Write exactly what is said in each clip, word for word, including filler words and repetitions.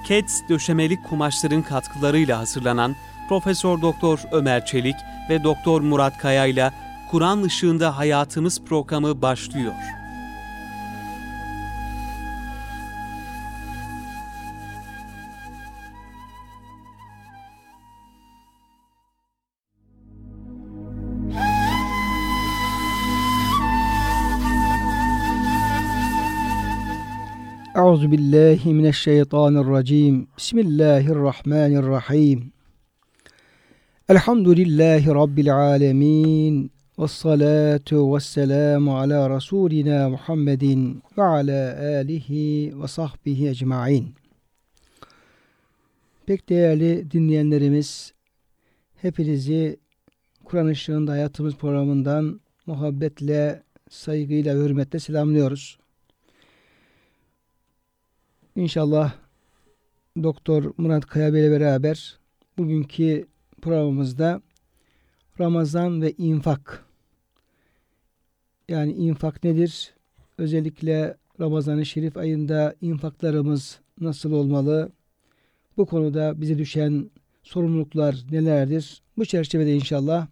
Keds döşemelik kumaşların katkılarıyla hazırlanan Profesör Doktor Ömer Çelik ve Doktor Murat Kaya ile Kur'an Işığında Hayatımız programı başlıyor. Euzubillahimineşşeytanirracim. Bismillahirrahmanirrahim. Elhamdülillahi Rabbil alemin. Vessalatu vesselamu ala Resulina Muhammedin ve ala alihi ve sahbihi ecmain. Pek değerli dinleyenlerimiz, hepinizi Kur'an Işığında Hayatımız programından muhabbetle, saygıyla ve hürmetle selamlıyoruz. İnşallah Doktor Murat Kaya Bey ile beraber bugünkü programımızda Ramazan ve infak, yani infak nedir? Özellikle Ramazan-ı Şerif ayında infaklarımız nasıl olmalı? Bu konuda bize düşen sorumluluklar nelerdir? Bu çerçevede inşallah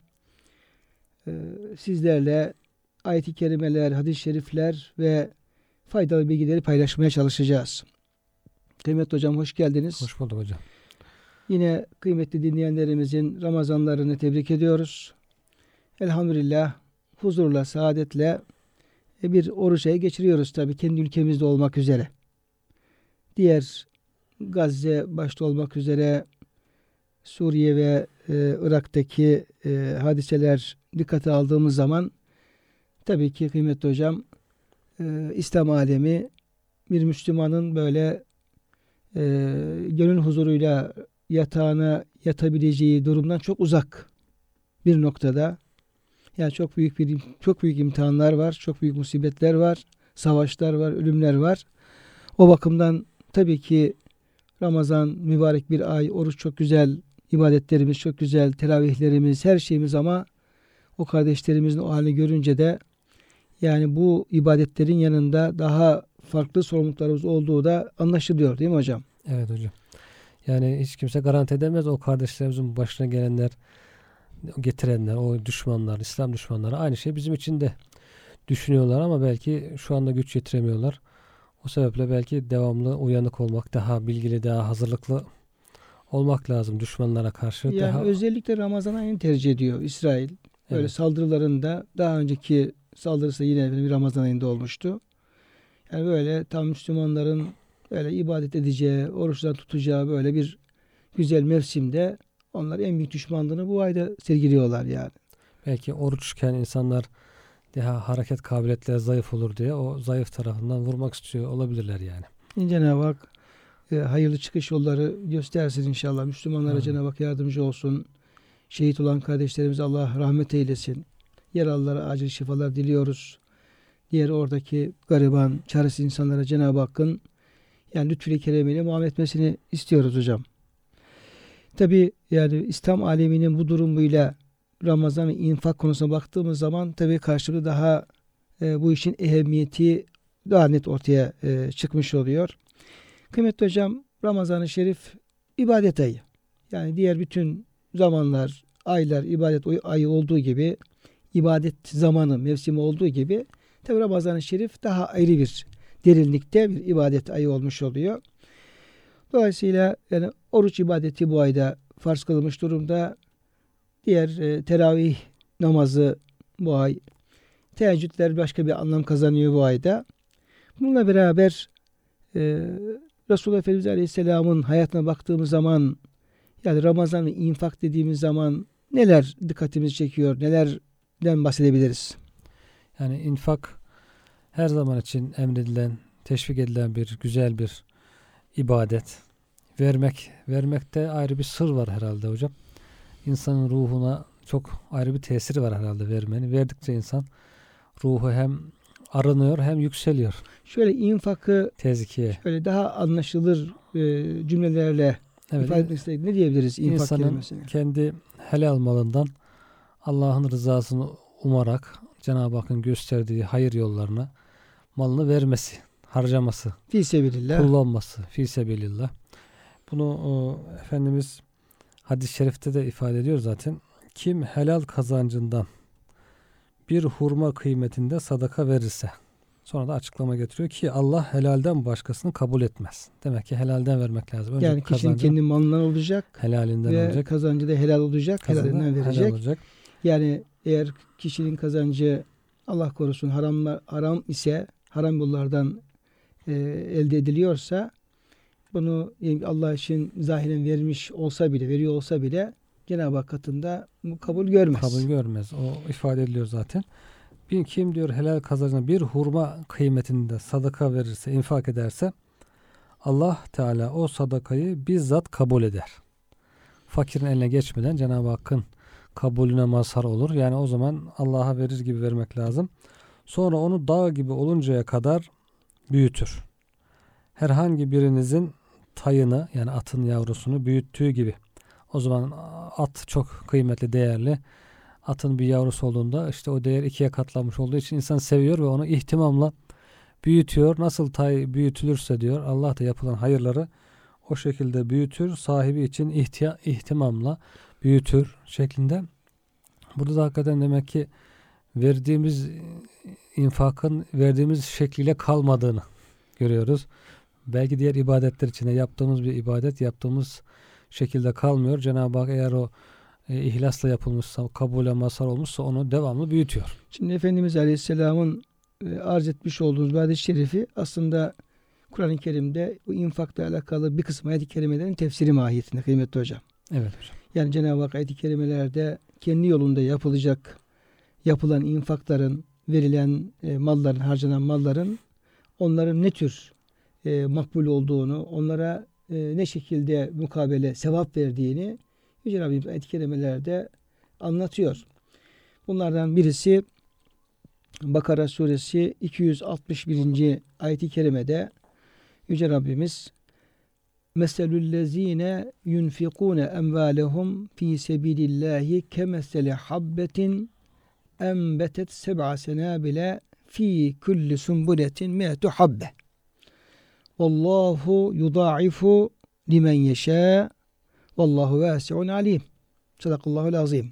e, sizlerle ayet-i kerimeler, hadis-i şerifler ve faydalı bilgileri paylaşmaya çalışacağız. Kıymetli hocam, hoş geldiniz. Hoş bulduk hocam. Yine kıymetli dinleyenlerimizin Ramazanlarını tebrik ediyoruz. Elhamdülillah huzurla, saadetle bir oruç ayı geçiriyoruz tabii, kendi ülkemizde olmak üzere. Diğer Gazze başta olmak üzere Suriye ve e, Irak'taki e, hadiseler dikkate aldığımız zaman tabii ki kıymetli hocam e, İslam alemi bir Müslümanın böyle e, gönül huzuruyla yatağına yatabileceği durumdan çok uzak bir noktada. Yani çok büyük bir çok büyük imtihanlar var, çok büyük musibetler var, savaşlar var, ölümler var. O bakımdan tabii ki Ramazan mübarek bir ay, oruç çok güzel, ibadetlerimiz çok güzel, teravihlerimiz, her şeyimiz, ama o kardeşlerimizin o halini görünce de yani bu ibadetlerin yanında daha farklı sorumluluklarımız olduğu da anlaşılıyor, değil mi hocam? Evet hocam. Yani hiç kimse garanti edemez, o kardeşlerimizin başına gelenler, getirenler, o düşmanlar, İslam düşmanları aynı şey bizim için de düşünüyorlar ama belki şu anda güç yetiremiyorlar. O sebeple belki devamlı uyanık olmak, daha bilgili, daha hazırlıklı olmak lazım düşmanlara karşı. Yani daha... özellikle Ramazan ayını tercih ediyor İsrail. Böyle Evet. Saldırılarında, daha önceki saldırısı yine bir Ramazan ayında olmuştu. Yani böyle tam Müslümanların böyle ibadet edeceği, oruçlar tutacağı böyle bir güzel mevsimde onlar en büyük düşmanlığını bu ayda sergiliyorlar yani. Belki oruçken insanlar daha hareket kabiliyetleri zayıf olur diye o zayıf tarafından vurmak istiyor olabilirler yani. Cenab-ı Hak e, hayırlı çıkış yolları göstersin inşallah. Müslümanlara evet. Cenab-ı Hak yardımcı olsun. Şehit olan kardeşlerimize Allah rahmet eylesin. Yaralılara acil şifalar diliyoruz. Diğer oradaki gariban, çaresiz insanlara Cenab-ı Hakk'ın yani lütfü keremiyle muamele etmesini istiyoruz hocam. Tabi yani İslam aleminin bu durumuyla Ramazan ve infak konusuna baktığımız zaman tabi karşımıza daha e, bu işin ehemmiyeti daha net ortaya e, çıkmış oluyor. Kıymetli hocam, Ramazan-ı Şerif ibadet ayı. Yani diğer bütün zamanlar, aylar ibadet ayı olduğu gibi, ibadet zamanı, mevsimi olduğu gibi tabi Ramazan-ı Şerif daha ayrı bir derinlikte bir ibadet ayı olmuş oluyor. Dolayısıyla yani oruç ibadeti bu ayda farz kılınmış durumda. Diğer e, teravih namazı bu ay, teheccüdler başka bir anlam kazanıyor bu ayda. Bununla beraber e, Resulullah Efendimiz Aleyhisselam'ın hayatına baktığımız zaman, yani Ramazan ve infak dediğimiz zaman neler dikkatimizi çekiyor, nelerden bahsedebiliriz? Yani infak her zaman için emredilen, teşvik edilen bir güzel bir ibadet. Vermek, vermekte ayrı bir sır var herhalde hocam. İnsanın ruhuna çok ayrı bir tesiri var herhalde vermenin. Verdikçe insan ruhu hem arınıyor hem yükseliyor. Şöyle infakı tezkiye, şöyle daha anlaşılır e, cümlelerle evet, ifade etmek istedik. Ne diyebiliriz infak İnsanın kelimesine? Kendi helal malından Allah'ın rızasını umarak Cenab-ı Hakk'ın gösterdiği hayır yollarına malını vermesi, harcaması, Fîsebilillah, kullanması, fîsebilillah. Bunu o, Efendimiz hadis-i şerifte de ifade ediyor zaten. Kim helal kazancından bir hurma kıymetinde sadaka verirse, sonra da açıklama getiriyor ki Allah helalden başkasını kabul etmez. Demek ki helalden vermek lazım. Önce yani kişinin kendi malından olacak. Helalinden ve olacak. Kazancı da helal olacak. Kazancı Helalinden verecek. helal olacak. Yani eğer kişinin kazancı Allah korusun haram, haram ise, haram yollardan e, elde ediliyorsa, bunu Allah için zahiren vermiş olsa bile, veriyor olsa bile Cenab-ı Hak katında bu kabul görmez. Kabul görmez. O ifade ediliyor zaten. Bir kim diyor helal kazancına bir hurma kıymetinde sadaka verirse, infak ederse Allah Teala o sadakayı bizzat kabul eder. Fakirin eline geçmeden Cenab-ı Hakk'ın kabulüne mazhar olur. Yani o zaman Allah'a verir gibi vermek lazım. Sonra onu dağ gibi oluncaya kadar büyütür. Herhangi birinizin tayını, yani atın yavrusunu büyüttüğü gibi. O zaman at çok kıymetli, değerli. Atın bir yavrusu olduğunda işte o değer ikiye katlanmış olduğu için insan seviyor ve onu ihtimamla büyütüyor. Nasıl tay büyütülürse diyor Allah da yapılan hayırları o şekilde büyütür. Sahibi için ihtiya, ihtimamla büyütür şeklinde. Burada da hakikaten demek ki verdiğimiz infakın verdiğimiz şekliyle kalmadığını görüyoruz. Belki diğer ibadetler içinde yaptığımız bir ibadet yaptığımız şekilde kalmıyor. Cenab-ı Hak eğer o e, ihlasla yapılmışsa, kabule mazhar olmuşsa onu devamlı büyütüyor. Şimdi Efendimiz Aleyhisselam'ın e, arz etmiş olduğumuz bir hadis-i şerifi aslında Kur'an-ı Kerim'de bu infakla alakalı bir kısım ayet-i kerimelerin tefsiri mahiyetinde kıymetli hocam. Evet hocam. Yani Cenab-ı Hak ayet-i kerimelerde kendi yolunda yapılacak, yapılan infakların, verilen e, malların, harcanan malların onların ne tür e, makbul olduğunu, onlara e, ne şekilde mukabele, sevap verdiğini Yüce Rabbimiz ayet-i kerimelerde anlatıyor. Bunlardan birisi Bakara suresi iki yüz altmış birinci ayet-i kerimede Yüce Rabbimiz Meselüllezine yunfikune emvalehum fi sebilillahi kemeseli habbetin enbetet seb'a senabile fi kulli sumbuletin mi'atu habbe. Vallahu yudaifu limen yeşâ vallahu vâsi'un alim. Sadakallahul azim.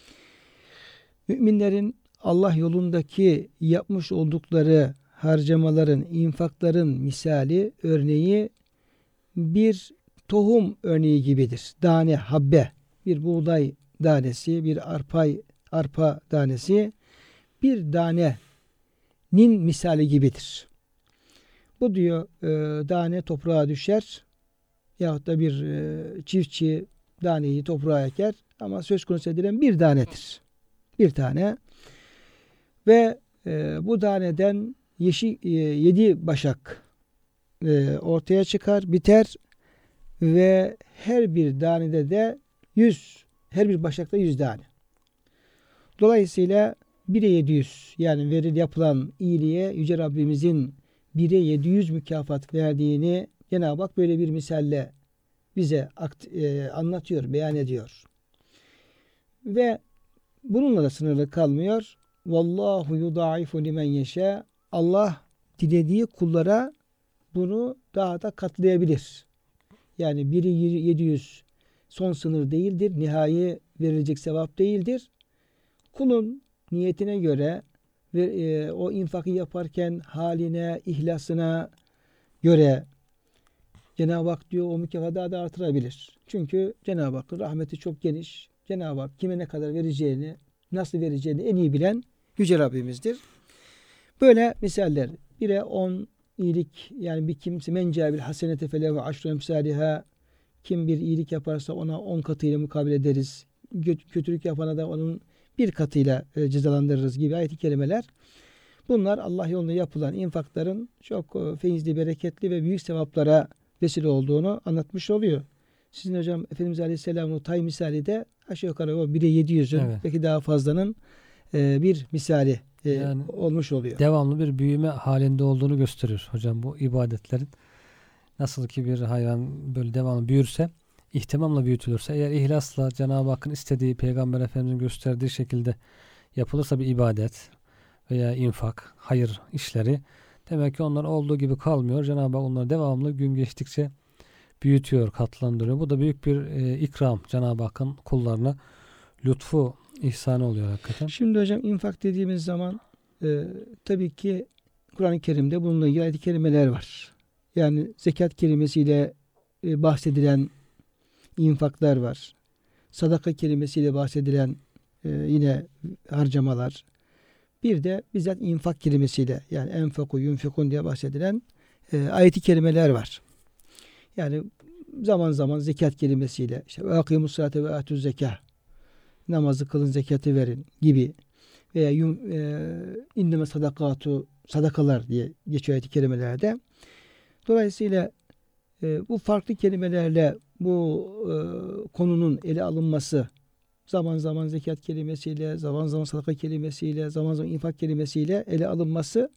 Müminlerin Allah yolundaki yapmış oldukları harcamaların, infakların misali, örneği bir tohum örneği gibidir. Tane, habbe, bir buğday tanesi, bir arpa, arpa tanesi bir tanenin misali gibidir. Bu diyor e, tane toprağa düşer yahut da bir e, çiftçi taneyi toprağa eker ama söz konusu edilen bir tanedir. Bir tane ve e, bu taneden yeşil, e, yedi başak e, ortaya çıkar, biter ve her bir tanede de yüz, her bir başakta yüz tane. Dolayısıyla bire yedi yüz yani veril yapılan iyiliğe Yüce Rabbimizin bire yedi yüz mükafat verdiğini Cenab-ı Hak böyle bir misalle bize e, anlatıyor, beyan ediyor. Ve bununla da sınırlı kalmıyor. Vallahu yudaifu limen yeşâ. Allah dilediği kullara bunu daha da katlayabilir. Yani biri yedi yüz son sınır değildir. Nihai verilecek sevap değildir. Kulun niyetine göre ve e, o infakı yaparken haline, ihlasına göre Cenab-ı Hak diyor o mükafatı daha da artırabilir. Çünkü Cenab-ı Hakk'ın rahmeti çok geniş. Cenab-ı Hak kime ne kadar vereceğini, nasıl vereceğini en iyi bilen Yüce Rabbimizdir. Böyle misaller. Bire on iyilik yani bir kimse mencabil hasenete felehu aşru emsaliha, kim bir iyilik yaparsa ona on katıyla mukabele ederiz. Kötülük yapana da onun bir katıyla e, cezalandırırız gibi ayet-i kerimeler. Bunlar Allah yolunda yapılan infakların çok e, feyizli, bereketli ve büyük sevaplara vesile olduğunu anlatmış oluyor. Sizin hocam Efendimiz Aleyhisselam'ın o tay misali de aşağı yukarı o bire yedi yüzün evet. belki daha fazlanın e, bir misali e, yani olmuş oluyor. Devamlı bir büyüme halinde olduğunu gösteriyor hocam bu ibadetlerin. Nasıl ki bir hayvan böyle devamlı büyürse, ihtimamla büyütülürse, eğer ihlasla Cenab-ı Hakk'ın istediği, Peygamber Efendimiz'in gösterdiği şekilde yapılırsa bir ibadet veya infak, hayır işleri, demek ki onlar olduğu gibi kalmıyor. Cenab-ı Hak onları devamlı gün geçtikçe büyütüyor, katlandırıyor. Bu da büyük bir e, ikram Cenab-ı Hakk'ın kullarına lütfu, ihsanı oluyor hakikaten. Şimdi hocam infak dediğimiz zaman e, tabii ki Kur'an-ı Kerim'de bununla ilgili ayet-i kerimeler var. Yani zekat kelimesiyle e, bahsedilen infaklar var. Sadaka kelimesiyle bahsedilen e, yine harcamalar. Bir de bizzat infak kelimesiyle yani enfaku yunfikun diye bahsedilen e, ayet-i kerimeler var. Yani zaman zaman zekat kelimesiyle işte ve akimus salate ve atuz zekah, namazı kılın, zekatı verin gibi veya yum, e, inneme sadakatu, sadakalar diye geçiyor ayet-i kerimelerde. Dolayısıyla e, bu farklı kelimelerle bu e, konunun ele alınması, zaman zaman zekat kelimesiyle, zaman zaman sadaka kelimesiyle, zaman zaman infak kelimesiyle ele alınması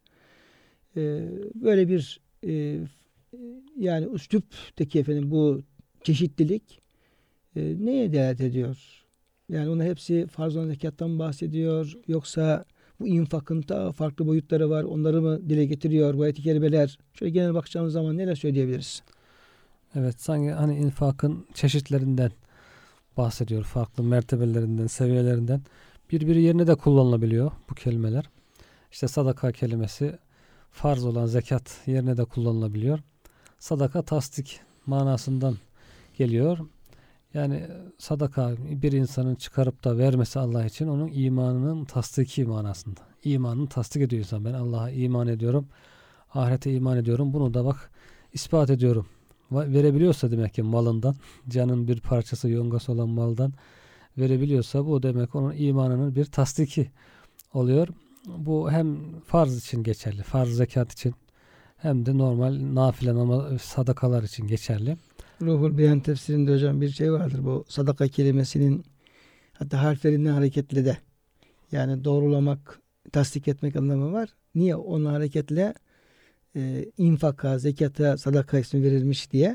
e, böyle bir e, yani üsluptaki efendim bu çeşitlilik e, neye delalet ediyor? Yani onun hepsi farz olan zekattan bahsediyor. Yoksa bu infakın da farklı boyutları var. Onları mı dile getiriyor bu ayet-i kerimeler? Şöyle genel bakacağımız zaman neler söyleyebiliriz? Evet, sanki hani infakın çeşitlerinden bahsediyor. Farklı mertebelerinden, seviyelerinden. Birbiri yerine de kullanılabiliyor bu kelimeler. İşte sadaka kelimesi farz olan zekat yerine de kullanılabiliyor. Sadaka tasdik manasından geliyor. Yani sadaka bir insanın çıkarıp da vermesi Allah için onun imanının tasdiki manasında. İmanını tasdik ediyor insan. Ben Allah'a iman ediyorum. Ahirete iman ediyorum. Bunu da bak ispat ediyorum. Verebiliyorsa demek ki malından, canın bir parçası, yongası olan maldan verebiliyorsa bu demek onun imanının bir tasdiki oluyor. Bu hem farz için geçerli, farz zekat için hem de normal nafile namaz, sadakalar için geçerli. Ruhul Beyan tefsirinde hocam bir şey vardır. Bu sadaka kelimesinin hatta harflerinden hareketle de yani doğrulamak, tasdik etmek anlamı var. Niye onun hareketle e, infaka, zekata, sadaka ismi verilmiş diye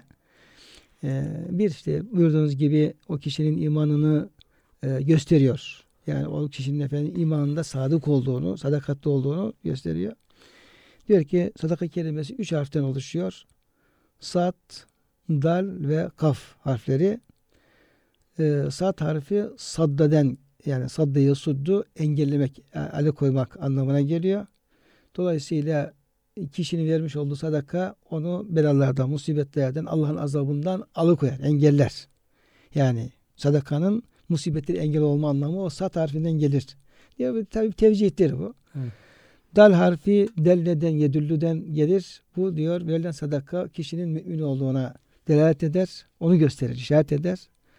e, bir işte buyurduğunuz gibi o kişinin imanını e, gösteriyor. Yani o kişinin efendim imanında sadık olduğunu, sadakatli olduğunu gösteriyor. Diyor ki sadaka kelimesi üç harften oluşuyor. Sad, dal ve kaf harfleri. E, sad harfi saddaden yani saddeyi suddu engellemek, ale koymak anlamına geliyor. Dolayısıyla kişinin vermiş olduğu sadaka onu belalardan, musibetlerden, Allah'ın azabından alıkoyar, engeller. Yani sadakanın musibetleri engel olma anlamı o sad harfinden gelir. Diye tabii tevcihtir bu. Evet. Dal harfi delleden, yedüllüden gelir. Bu diyor verilen sadaka kişinin mümin olduğuna delalet eder. Onu gösterir, işaret eder.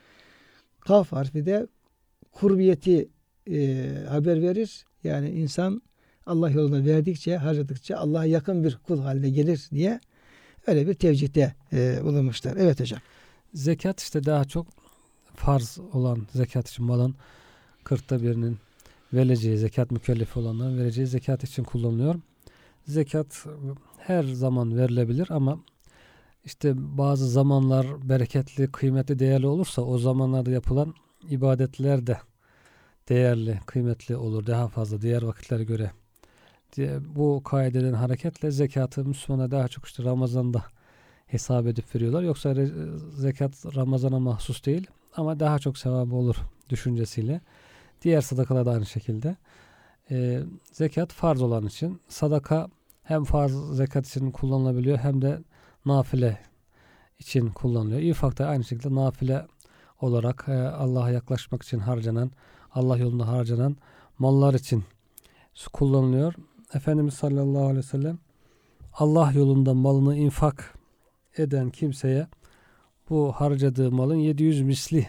Kaf harfi de kurbiyeti e, haber verir. Yani insan Allah yoluna verdikçe, harcadıkça Allah'a yakın bir kul haline gelir diye öyle bir tevcihte e, bulunmuşlar. Evet hocam. Zekat işte daha çok farz olan zekat için malın kırkta birinin vereceği, zekat mükellefi olanların vereceği zekat için kullanılıyor. Zekat her zaman verilebilir ama işte bazı zamanlar bereketli, kıymetli, değerli olursa o zamanlarda yapılan ibadetler de değerli, kıymetli olur. Daha fazla diğer vakitlere göre. Diye, bu kaideden hareketle zekatı Müslümana daha çok işte Ramazan'da hesap edip veriyorlar. Yoksa re- zekat Ramazan'a mahsus değil ama daha çok sevabı olur düşüncesiyle. Diğer sadakalar da aynı şekilde. Ee, zekat farz olan için sadaka hem farz zekat için kullanılabiliyor hem de nafile için kullanılıyor. İnfak da aynı şekilde nafile olarak e, Allah'a yaklaşmak için harcanan, Allah yolunda harcanan mallar için kullanılıyor. Efendimiz sallallahu aleyhi ve sellem Allah yolunda malını infak eden kimseye bu harcadığı malın yedi yüz misli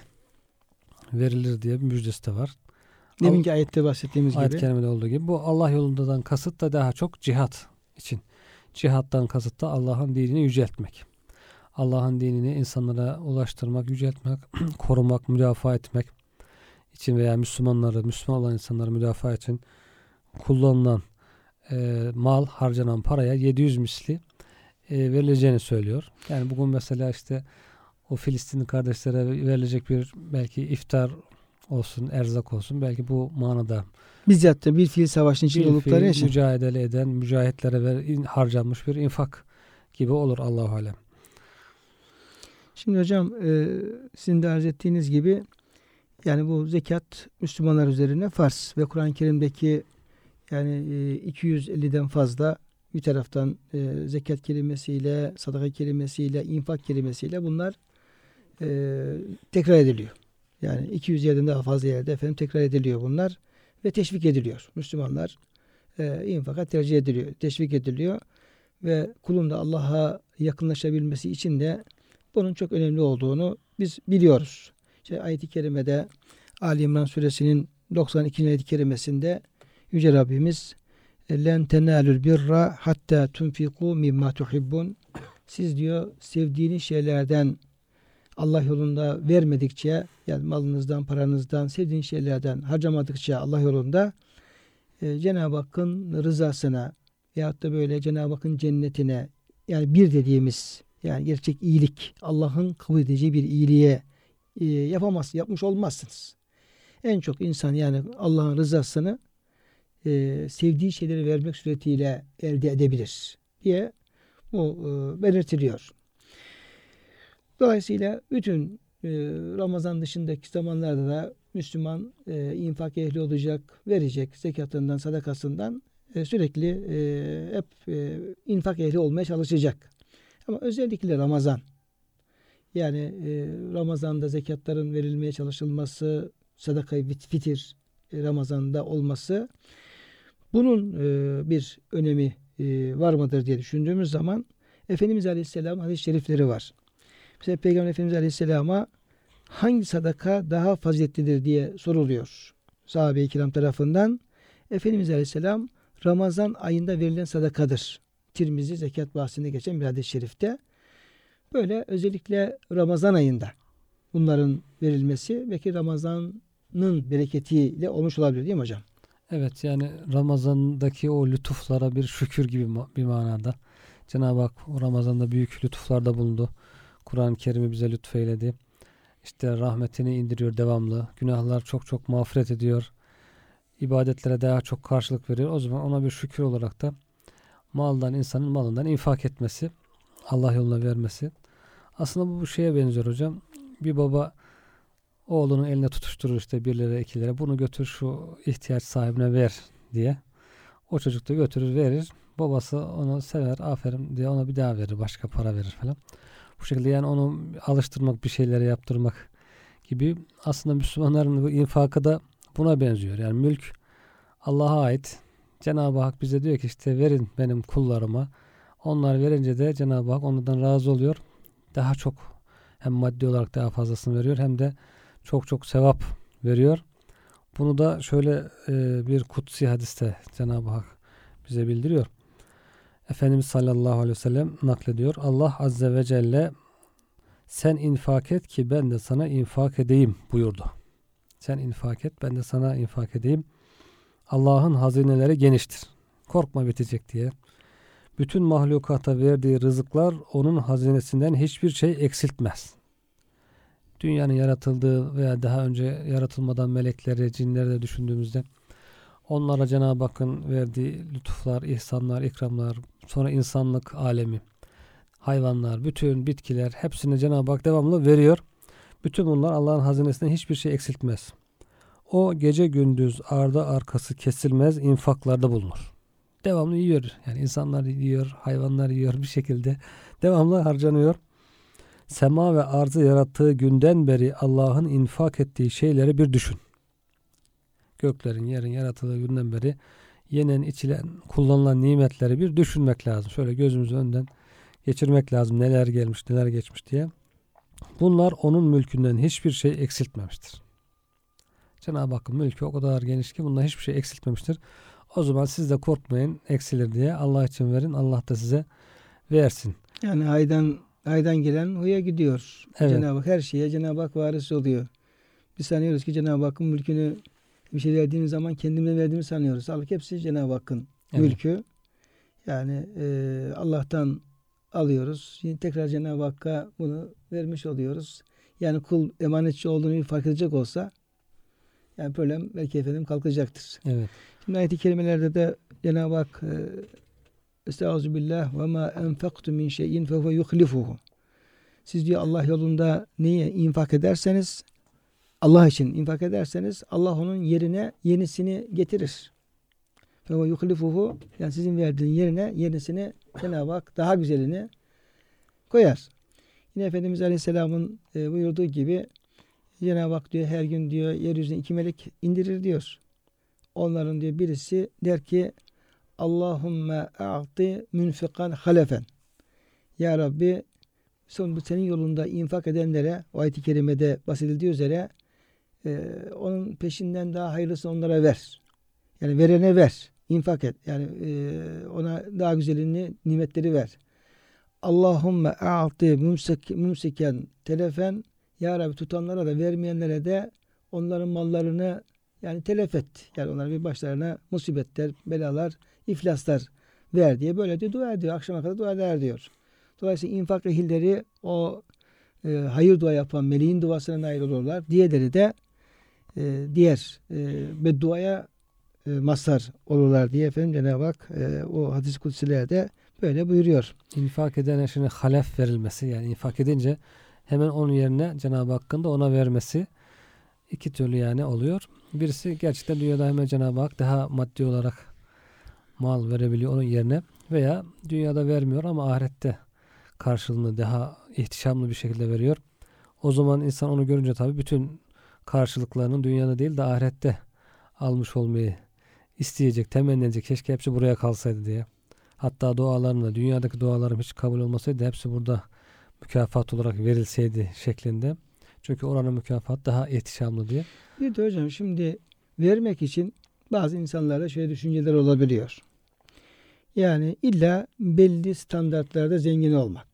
verilir diye bir müjdesi de var. Deminki ayette bahsettiğimiz Ayet gibi. kerimede olduğu gibi. Bu Allah yolundan kasıt da daha çok cihat için. Cihattan kasıt da Allah'ın dinini yüceltmek. Allah'ın dinini insanlara ulaştırmak, yüceltmek, korumak, müdafaa etmek için veya Müslümanları, Müslüman olan insanları müdafaa için kullanılan e, mal, harcanan paraya yedi yüz misli e, verileceğini söylüyor. Yani bugün mesela işte o Filistinli kardeşlere verilecek bir belki iftar olsun, erzak olsun. Belki bu manada Bizzat da bir fiil savaşının içinde oldukları için mücadele eden, mücahitlere ver, in, harcanmış bir infak gibi olur, Allahu alem. Şimdi hocam e, sizin de arz ettiğiniz gibi yani bu zekat Müslümanlar üzerine farz ve Kur'an-ı Kerim'deki yani e, iki yüz elliden fazla bir taraftan e, zekat kelimesiyle, sadaka kelimesiyle, infak kelimesiyle bunlar e, tekrar ediliyor. Yani iki yüz yerden daha fazla yerde efendim tekrar ediliyor bunlar ve teşvik ediliyor. Müslümanlar e, infaka tercih ediliyor, teşvik ediliyor ve kulun da Allah'a yakınlaşabilmesi için de bunun çok önemli olduğunu biz biliyoruz. İşte ayet-i kerimede Ali İmran suresinin doksan ikinci ayet-i kerimesinde Yüce Rabbimiz "Len tenalul birra hatta tunfiku mimma tuhibbun." Siz diyor sevdiğiniz şeylerden Allah yolunda vermedikçe, yani malınızdan, paranızdan, sevdiğiniz şeylerden harcamadıkça Allah yolunda e, Cenab-ı Hakk'ın rızasına veyahut da böyle Cenab-ı Hakk'ın cennetine, yani bir dediğimiz yani gerçek iyilik, Allah'ın kabul edeceği bir iyiliğe e, yapamaz, yapmış olmazsınız. En çok insan yani Allah'ın rızasını e, sevdiği şeyleri vermek suretiyle elde edebilir diye bu e, belirtiliyor. Dolayısıyla bütün e, Ramazan dışındaki zamanlarda da Müslüman e, infak ehli olacak, verecek zekatından, sadakasından e, sürekli e, hep e, infak ehli olmaya çalışacak. Ama özellikle Ramazan, yani e, Ramazan'da zekatların verilmeye çalışılması, sadaka-i fitir e, Ramazan'da olması, bunun e, bir önemi e, var mıdır diye düşündüğümüz zaman Efendimiz Aleyhisselam hadis-i şerifleri var. Mesela Peygamber Efendimiz Aleyhisselam'a hangi sadaka daha faziletlidir diye soruluyor sahabe-i kiram tarafından. Efendimiz Aleyhisselam Ramazan ayında verilen sadakadır. Tirmizi zekat bahsinde geçen bir hadis-i şerifte. Böyle özellikle Ramazan ayında bunların verilmesi belki Ramazan'ın bereketiyle olmuş olabilir değil mi hocam? Evet, yani Ramazan'daki o lütuflara bir şükür gibi bir manada. Cenab-ı Hak Ramazan'da büyük lütuflarda bulundu. Kur'an-ı Kerim'i bize lütfeyledi. İşte rahmetini indiriyor devamlı. Günahlar çok çok mağfiret ediyor. İbadetlere daha çok karşılık veriyor. O zaman ona bir şükür olarak da maldan, insanın malından infak etmesi, Allah yoluna vermesi. Aslında bu, bu şeye benziyor hocam. Bir baba oğlunun eline tutuşturur işte bir lira, iki lira. Bunu götür şu ihtiyaç sahibine ver diye. O çocuk da götürür verir. Babası onu sever, aferin diye ona bir daha verir. Başka para verir falan. Bu şekilde yani onu alıştırmak, bir şeylere yaptırmak gibi. Aslında Müslümanların bu infakı da buna benziyor. Yani mülk Allah'a ait. Cenab-ı Hak bize diyor ki işte verin benim kullarıma. Onlar verince de Cenab-ı Hak onlardan razı oluyor. Daha çok hem maddi olarak daha fazlasını veriyor hem de çok çok sevap veriyor. Bunu da şöyle e, bir kutsi hadiste Cenab-ı Hak bize bildiriyor. Efendimiz sallallahu aleyhi ve sellem naklediyor. Allah azze ve celle sen infak et ki ben de sana infak edeyim buyurdu. Sen infak et ben de sana infak edeyim. Allah'ın hazineleri geniştir. Korkma bitecek diye. Bütün mahlukata verdiği rızıklar onun hazinesinden hiçbir şey eksiltmez. Dünyanın yaratıldığı veya daha önce yaratılmadan melekleri, cinleri de düşündüğümüzde onlara Cenab-ı Hakk'ın verdiği lütuflar, ihsanlar, ikramlar, sonra insanlık alemi, hayvanlar, bütün bitkiler hepsini Cenab-ı Hak devamlı veriyor. Bütün bunlar Allah'ın hazinesinden hiçbir şey eksiltmez. O gece gündüz ardı arkası kesilmez infaklarda bulunur. Devamlı yiyor. Yani insanlar yiyor, hayvanlar yiyor bir şekilde. Devamlı harcanıyor. Sema ve arzı yarattığı günden beri Allah'ın infak ettiği şeyleri bir düşün. Göklerin, yerin yaratıldığı günden beri yenen, içilen, kullanılan nimetleri bir düşünmek lazım. Şöyle gözümüzün önünden geçirmek lazım. Neler gelmiş, neler geçmiş diye. Bunlar onun mülkünden hiçbir şey eksiltmemiştir. Cenab-ı Hakk'ın mülkü o kadar geniş ki bundan hiçbir şey eksiltmemiştir. O zaman siz de korkmayın, eksilir diye Allah için verin. Allah da size versin. Yani haydan haydan gelen huya gidiyor. Evet. Cenab-ı Hak her şeye Cenab-ı Hak varis oluyor. Biz sanıyoruz ki Cenab-ı Hakk'ın mülkünü bir şey verdiğimiz zaman kendimize verdiğimizi sanıyoruz. Halbuki hepsi Cenab-ı Hakk'ın evet. mülkü. Yani e, Allah'tan alıyoruz. Şimdi tekrar Cenab-ı Hakk'a bunu vermiş oluyoruz. Yani kul emanetçi olduğunu fark edecek olsa yani problem belki efendim kalkacaktır. Evet. Şimdi ayet-i kerimelerde de Cenab-ı Hak Estağfirullah ve ma enfaktu min şeyin fehuve yuhlifuhu. Siz diyor Allah yolunda neye infak ederseniz, Allah için infak ederseniz Allah onun yerine yenisini getirir. Ve yuhlifuhu, yani sizin verdiğiniz yerine yenisini Cenab-ı Hak daha güzelini koyar. Yine Efendimiz Aleyhisselam'ın e, buyurduğu gibi Cenab-ı Hak diyor her gün diyor yeryüzüne iki melek indirir diyor. Onların diyor birisi der ki Allahümme a'ti münfikan halefen. Ya Rabbi son bu senin yolunda infak edenlere, o ayet-i kerimede bahsedildiği üzere e, onun peşinden daha hayırlısını onlara ver. Yani verene ver. İnfak et. Yani e, ona daha güzelini, nimetleri ver. Allahümme a'ti mumsik, mumsiken telefen. Ya Rabbi tutanlara da vermeyenlere de onların mallarını yani telef et. Yani onlara bir başlarına musibetler, belalar, iflaslar ver diye böyle diyor, dua ediyor. Akşama kadar dua eder diyor. Dolayısıyla infak ehilleri o e, hayır dua yapan meleğin duasına nail olurlar. Diğerleri de e, diğer e, bedduaya e, mazhar olurlar diye efendim Cenab-ı Hak e, o hadis-i kutsilerde böyle buyuruyor. İnfak edene şimdi halef verilmesi, yani infak edince hemen onun yerine Cenab-ı Hakk'ın da ona vermesi iki türlü yani oluyor. Birisi gerçekten dünyada hemen Cenab-ı Hak daha maddi olarak mal verebiliyor onun yerine veya dünyada vermiyor ama ahirette karşılığını daha ihtişamlı bir şekilde veriyor. O zaman insan onu görünce tabii bütün karşılıklarının dünyada değil de ahirette almış olmayı isteyecek, temenni edecek. Keşke hepsi buraya kalsaydı diye. Hatta dualarında, dünyadaki dualarım hiç kabul olmasaydı hepsi burada mükafat olarak verilseydi şeklinde. Çünkü oranın mükafatı daha ihtişamlı diye. Bir de hocam şimdi vermek için bazı insanlarda şöyle düşünceler olabiliyor. Yani illa belli standartlarda zengin olmak.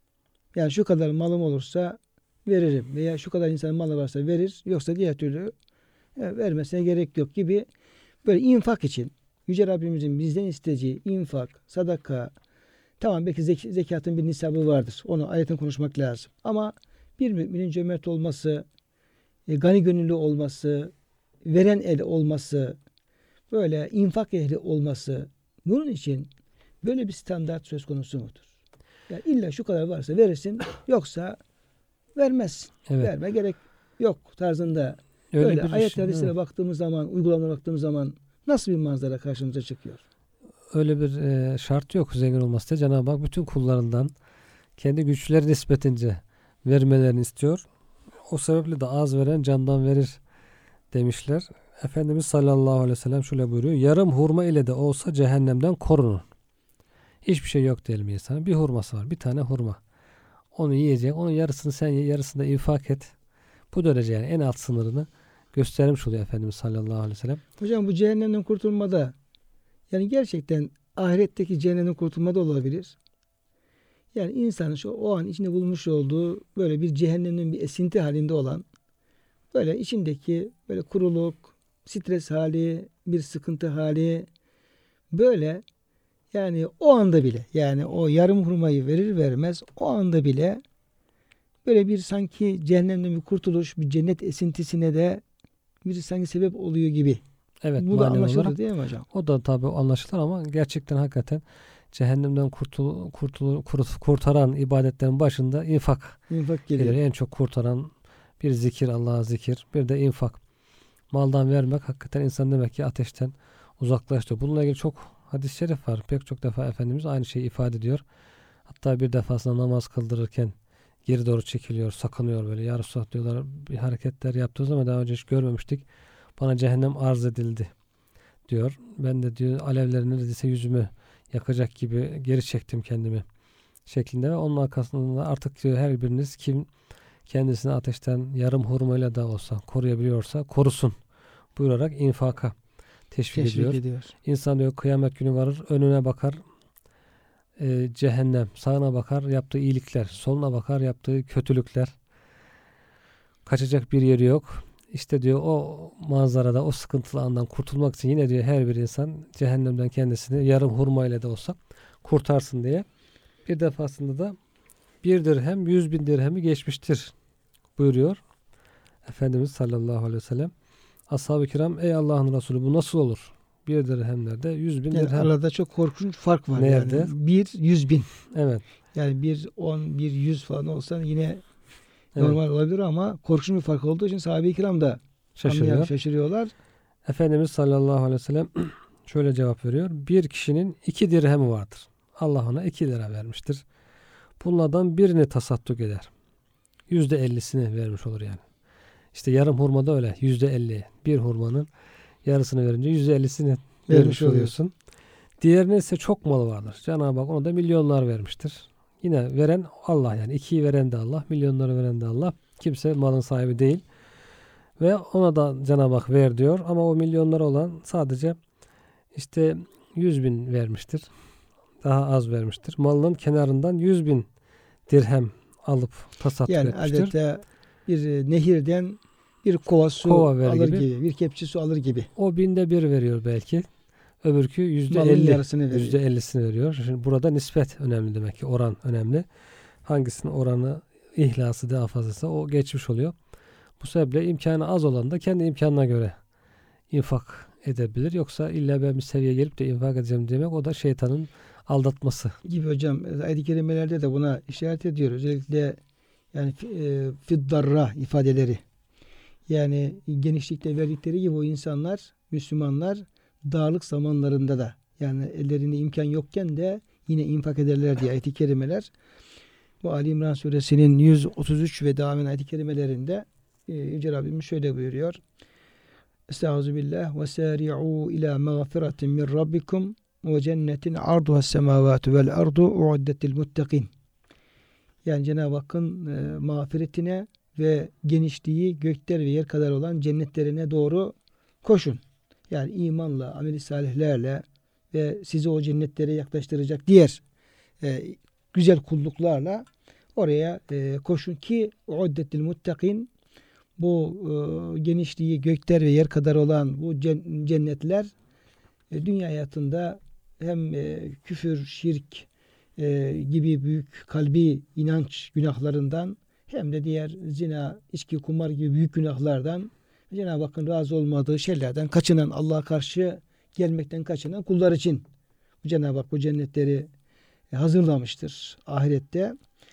Yani şu kadar malım olursa veririm veya şu kadar insanın malı varsa verir, yoksa diğer türlü vermesine gerek yok gibi böyle infak için Yüce Rabbimizin bizden isteyeceği infak, sadaka, tamam belki zek- zekatın bir nisabı vardır. Onu ayetten konuşmak lazım. Ama bir müminin cömert olması, e, gani gönüllü olması, veren el olması, böyle infak ehli olması, bunun için böyle bir standart söz konusu mudur? Yani illa şu kadar varsa verirsin, yoksa vermez. Evet. Verme gerek yok tarzında. Öyle Böyle bir ayet şey, hadisine evet. baktığımız zaman, uygulamalara baktığımız zaman nasıl bir manzara karşımıza çıkıyor? Öyle bir e, şart yok zengin olması da. Cenab-ı Hak bütün kullarından kendi güçleri nispetince vermelerini istiyor. O sebeple de az veren candan verir demişler. Efendimiz sallallahu aleyhi ve sellem şöyle buyuruyor. Yarım hurma ile de olsa cehennemden korunun. Hiçbir şey yok diyelim insana. Bir hurması var. Bir tane hurma. Onu yiyecek. Onun yarısını sen ye, yarısını da infak et. Bu derece yani en alt sınırını göstermiş oluyor Efendimiz sallallahu aleyhi ve sellem. Hocam bu cehennemden kurtulmada, yani gerçekten ahiretteki cehennemden kurtulmada olabilir. Yani insanın şu o an içinde bulmuş olduğu böyle bir cehennemin bir esinti halinde olan, böyle içindeki böyle kuruluk, stres hali, bir sıkıntı hali, böyle yani o anda bile, yani o yarım hurmayı verir vermez o anda bile böyle bir sanki cehennemden bir kurtuluş, bir cennet esintisine de bir sanki sebep oluyor gibi. Evet, Bu da manevi anlaşılır olarak. değil mi hocam? O da tabii anlaşılır ama gerçekten hakikaten cehennemden kurtul, kurtul, kurt, kurtaran ibadetlerin başında infak İnfak gelir. geliyor. En çok kurtaran bir zikir, Allah'a zikir, bir de infak. Maldan vermek hakikaten insan demek ki ateşten uzaklaştırıyor. Bununla ilgili çok hadis-i şerif var. Pek çok defa Efendimiz aynı şeyi ifade ediyor. Hatta bir defasında namaz kıldırırken geri doğru çekiliyor, sakınıyor böyle. Ya Resulallah diyorlar, bir hareketler yaptığınız ama daha önce hiç görmemiştik. Bana cehennem arz edildi diyor. Ben de diyor alevleri neredeyse yüzümü yakacak gibi geri çektim kendimi şeklinde ve onun arkasında artık diyor her biriniz kim kendisini ateşten yarım hurmayla da olsa koruyabiliyorsa korusun buyurarak infaka teşvik, Teşvik ediyor. ediyor. İnsan diyor kıyamet günü varır, önüne bakar e, cehennem, sağına bakar yaptığı iyilikler, soluna bakar yaptığı kötülükler. Kaçacak bir yeri yok. İşte diyor o manzarada, o sıkıntılı andan kurtulmak için yine diyor her bir insan cehennemden kendisini yarım hurma ile de olsa kurtarsın diye. Bir defasında da bir dirhem yüz bin dirhemi geçmiştir buyuruyor Efendimiz sallallahu aleyhi ve sellem. Ashab-ı kiram ey Allah'ın Resulü bu nasıl olur? Bir dirhemlerde yüz bin Yani dirhem. arada çok korkunç fark var. Nerede? Yani bir yüz bin. Evet. Yani bir on, bir yüz falan olsa yine Evet. normal olabilir ama korkunç bir fark olduğu için sahabe-i kiram da Şaşırıyor. anlayan şaşırıyorlar. Efendimiz sallallahu aleyhi ve sellem şöyle cevap veriyor. Bir kişinin iki dirhemi vardır. Allah ona iki lira vermiştir. Bunlardan birini tasadduk eder. Yüzde ellisini vermiş olur yani. İşte yarım hurma da öyle. Yüzde elli. Bir hurmanın yarısını verince yüzde ellisini vermiş, Vermiş oluyorsun. Diğerine ise çok malı vardır. Cenab-ı Hak ona da milyonlar vermiştir. Yine veren Allah yani. ikiyi veren de Allah. Milyonları veren de Allah. Kimse malın sahibi değil. Ve ona da Cenab-ı Hak ver diyor. Ama o milyonlar olan sadece işte yüz bin vermiştir. Daha az vermiştir. Malının kenarından yüz bin dirhem alıp tasadduk Yani etmiştir. adeta bir nehirden bir kova su Kova alır gibi. gibi. Bir kepçe su alır gibi. O binde bir veriyor belki. Öbürkü yüzde Malın elli. yarısını veriyor. Yüzde ellisini veriyor. Şimdi burada nispet önemli demek ki. Oran önemli. Hangisinin oranı ihlası daha fazlası o geçmiş oluyor. Bu sebeple imkanı az olan da kendi imkanına göre infak edebilir. Yoksa illa ben bir seviyeye gelip de infak edeceğim demek o da şeytanın aldatması. Gibi hocam. Ayet-i kerimelerde de buna işaret ediyor. Özellikle yani e, fiddarra ifadeleri. Yani genişlikte verdikleri gibi o insanlar, Müslümanlar darlık zamanlarında da yani ellerinde imkan yokken de yine infak ederler diye ayet-i kerimeler. Bu Ali İmran suresinin yüz otuz üç ve devam eden ayet-i kerimelerinde e, Yüce Rabbimiz şöyle buyuruyor. Estağfirullah ve sari'u ila mağfiratin min rabbikum ve cennetin arduha semavatu vel ardu uiddetil muttakin. Yani Cenab-ı Hakk'ın e, mağfiretine ve genişliği gökler ve yer kadar olan cennetlerine doğru koşun. Yani imanla, amel-i salihlerle ve sizi o cennetlere yaklaştıracak diğer e, güzel kulluklarla oraya e, koşun ki uiddetil muttakin, bu e, genişliği gökler ve yer kadar olan bu cennetler e, dünya hayatında hem e, küfür, şirk e, gibi büyük kalbi inanç günahlarından hem de diğer zina, içki, kumar gibi büyük günahlardan, Cenab-ı Hakk'ın razı olmadığı şeylerden kaçınan, Allah'a karşı gelmekten kaçınan kullar için Cenab-ı Hak bu cennetleri hazırlamıştır ahirette.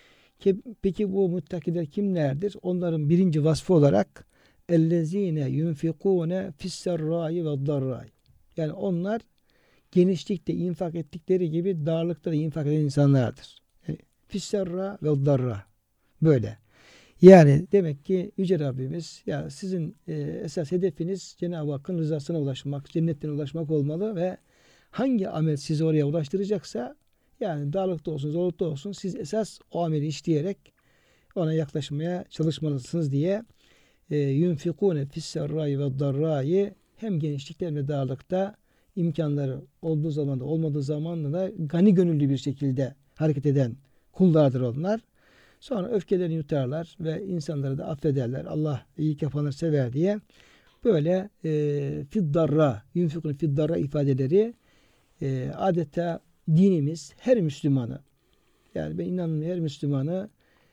Peki bu muttakiler kimlerdir? Onların birinci vasfı olarak ellezine yunfikune fisserrai ve darrai. Yani onlar genişlikte infak ettikleri gibi darlıkta da infak eden insanlardır. Yani, fisserra ve darra. Böyle. Yani demek ki Yüce Rabbimiz ya sizin e, esas hedefiniz Cenab-ı Hakk'ın rızasına ulaşmak, cennetten ulaşmak olmalı ve hangi amel sizi oraya ulaştıracaksa yani darlıkta olsun, zorlukta olsun siz esas o ameli işleyerek ona yaklaşmaya çalışmalısınız diye e, yunfikune fisserrai ve darrai, hem genişlikte hem de darlıkta imkanları olduğu zaman da olmadığı zaman da gani gönüllü bir şekilde hareket eden kullardır onlar. Sonra öfkelerini yutarlar ve insanları da affederler. Allah iyilik yapanları sever diye böyle e, fiddarra, yunfikun fiddarra ifadeleri e, adeta dinimiz her Müslümanı, yani ben inanıyorum her Müslümanı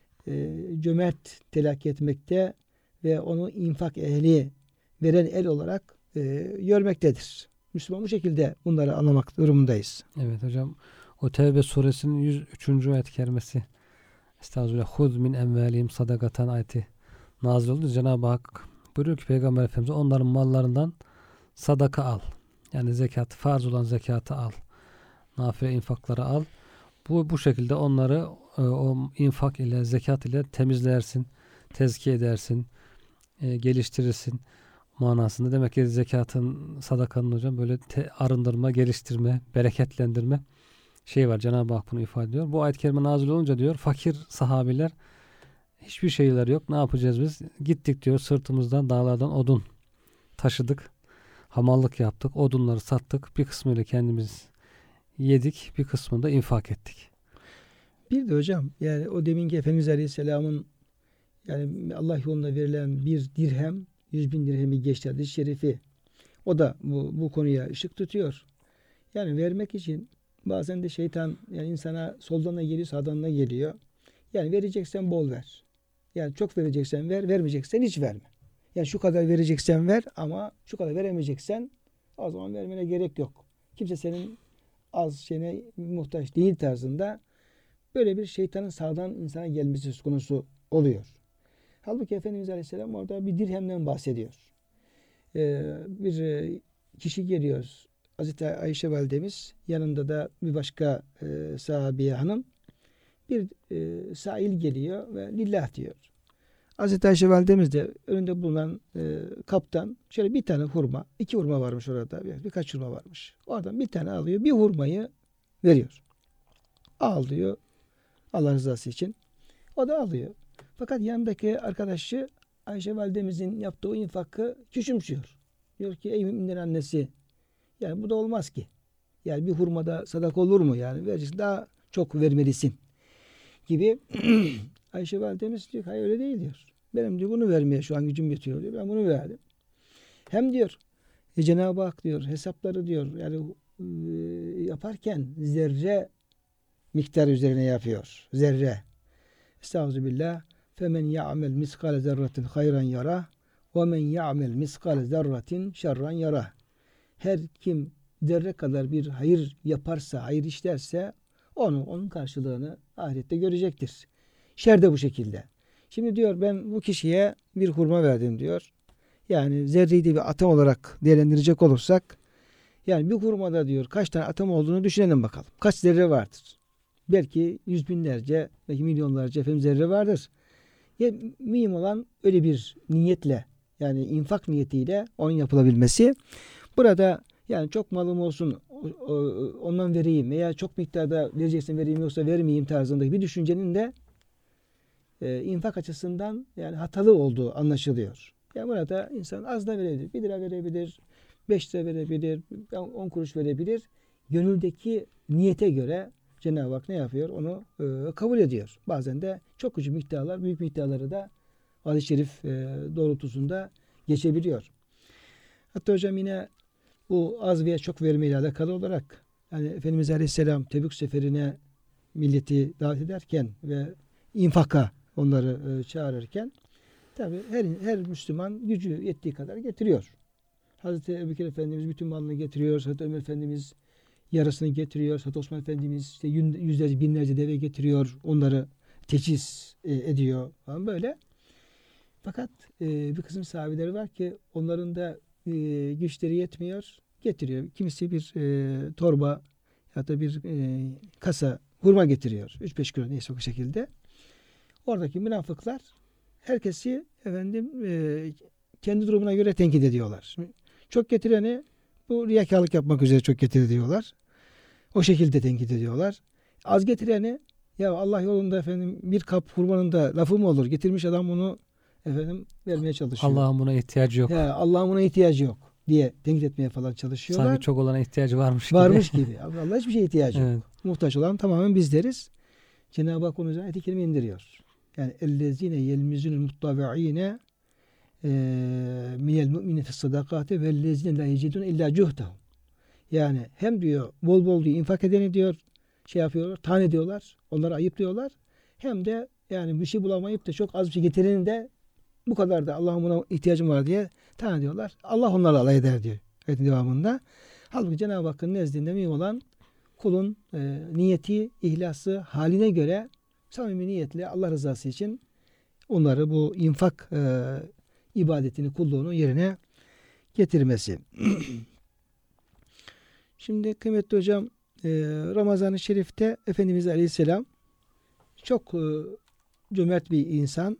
e, cömert telakki etmekte ve onu infak ehli, veren el olarak e, görmektedir. Müslüman bu şekilde bunları anlamak durumundayız. Evet hocam. O Tevbe suresinin yüz üçüncü ayet-i kerimesi Estağfirullah. Huz min envelihim sadakatan ayeti nazil oldu. Cenab-ı Hak buyuruyor ki Peygamber Efendimiz onların mallarından sadaka al. Yani zekat, farz olan zekatı al. Nafile infakları al. Bu bu şekilde onları e, o infak ile, zekat ile temizlersin, tezkiye edersin, e, geliştirirsin manasında. Demek ki zekatın, sadakanın hocam böyle te, arındırma, geliştirme, bereketlendirme şey var. Cenab-ı Hak bunu ifade ediyor. Bu ayet-i kerime nazil olunca diyor fakir sahabiler hiçbir şeyler yok. Ne yapacağız biz? Gittik diyor sırtımızdan dağlardan odun taşıdık. Hamallık yaptık. Odunları sattık. Bir kısmıyla kendimiz yedik. Bir kısmını da infak ettik. Bir de hocam yani o deminki Efendimiz Aleyhisselam'ın yani Allah yolunda verilen bir dirhem yüz bin dirhemi geçti hadis-i şerifi. O da bu, bu konuya ışık tutuyor. Yani vermek için bazen de şeytan yani insana soldan da geliyor, sağdan da geliyor. Yani vereceksen bol ver. Yani çok vereceksen ver, vermeyeceksen hiç verme. Yani şu kadar vereceksen ver ama şu kadar veremeyeceksen O zaman vermene gerek yok. Kimse senin az şeyine muhtaç değil tarzında böyle bir şeytanın sağdan insana gelmesi söz konusu oluyor. Halbuki Efendimiz Aleyhisselam orada bir dirhemden bahsediyor. Ee, bir e, kişi geliyor. Hazreti Ayşe validemiz, yanında da bir başka e, sahabiye hanım, bir e, sail geliyor ve lillah diyor. Hazreti Ayşe validemiz de önünde bulunan e, kaptan şöyle bir tane hurma, iki hurma varmış orada, bir, birkaç hurma varmış. Oradan bir tane alıyor, bir hurmayı veriyor. Al diyor Allah rızası için. O da alıyor. Fakat yanındaki arkadaşı Ayşe validemizin yaptığı o infakı küçümsüyor. Diyor ki ey müminlerin annesi, yani bu da olmaz ki. Yani bir hurmada sadaka olur mu yani? Vereceksin, daha çok vermelisin gibi. Ayşe validemiz diyor hayır öyle değil diyor. Benim diyor bunu vermeye şu an gücüm yetiyor diyor. Ben bunu verdim. Hem diyor e, Cenab-ı Hak diyor hesapları diyor yani e, yaparken zerre miktar üzerine yapıyor. Zerre. Estağfirullah. Femen ya'mel miskale zerratin hayran yara ve men ya'mel miskale zerratin şerran yara. Her kim zerre kadar bir hayır yaparsa, hayır işlerse onu, onun karşılığını ahirette görecektir. Şer de bu şekilde. Şimdi diyor ben bu kişiye bir hurma verdim diyor. Yani zerreyi de bir atom olarak değerlendirecek olursak yani bir hurmada diyor kaç tane atom olduğunu düşünelim bakalım. Kaç zerre vardır? Belki yüz binlerce, belki milyonlarca efendim zerre vardır. Ya mühim olan öyle bir niyetle yani infak niyetiyle onun yapılabilmesi. Burada yani çok malım olsun ondan vereyim veya çok miktarda vereceksin vereyim yoksa vermeyeyim tarzındaki bir düşüncenin de e, infak açısından yani hatalı olduğu anlaşılıyor. Yani burada insan az da verebilir. Bir lira verebilir, beş lira verebilir, on kuruş verebilir. Gönüldeki niyete göre Cenab-ı Hak ne yapıyor? Onu e, kabul ediyor. Bazen de çok küçük miktarlar, büyük miktarları da hadis-i şerif e, doğrultusunda geçebiliyor. Hatta hocam yine bu az veya çok vermeyle alakalı olarak yani Efendimiz Aleyhisselam Tebük seferine milleti davet ederken ve infaka onları e, çağırırken tabi her, her Müslüman gücü yettiği kadar getiriyor. Hazreti Ebubekir Efendimiz bütün malını getiriyor. Hazreti Ömer Efendimiz yarısını getiriyor. Hazreti Osman Efendimiz işte yüzlerce binlerce deve getiriyor. Onları teçhiz e, ediyor falan böyle. Fakat e, bir kısım sahabeleri var ki onların da e, güçleri yetmiyor. Getiriyor. Kimisi bir e, torba ya da bir e, kasa hurma getiriyor. üç beş kilo neyse o şekilde. Oradaki münafıklar herkesi efendim e, kendi durumuna göre tenkit ediyorlar. Çok getireni bu riyakarlık yapmak üzere çok getir diyorlar. O şekilde tenkit ediyorlar. Az getireni ya Allah yolunda efendim bir kap hurmanın da lafı mı olur? Getirmiş adam bunu efendim vermeye çalışıyor. Allah'ın buna ihtiyacı yok. Ya Allah'ın buna ihtiyacı yok diye tenkit etmeye falan çalışıyorlar. Sanki çok olana ihtiyacı varmış gibi. Varmış gibi. Allah hiçbir şeye ihtiyacı evet. yok. Muhtaç olan tamamen bizleriz. Cenab-ı Hak onun üzerine ayet-i kerime indiriyor. Yani ellezine yelmizunul muttabi'ine minel mu'mini fis sadakati vellezine la yecidun illa cuhdahum. Yani hem diyor bol bol diyor infak edeni diyor şey yapıyorlar, tan ediyorlar, onları ayıplıyorlar. Hem de yani bir şey bulamayıp da çok az bir şey getireni de bu kadar da Allah'ın buna ihtiyacım var diye tan ediyorlar. Allah onlarla alay eder diyor ayetin devamında. Halbuki Cenab-ı Hakk'ın nezdinde mühim olan kulun e, niyeti, ihlası, haline göre samimi niyetle Allah rızası için onları bu infak e, ibadetini, kulluğunu yerine getirmesi. Şimdi kıymetli hocam e, Ramazan-ı Şerif'te Efendimiz Aleyhisselam çok e, cömert bir insan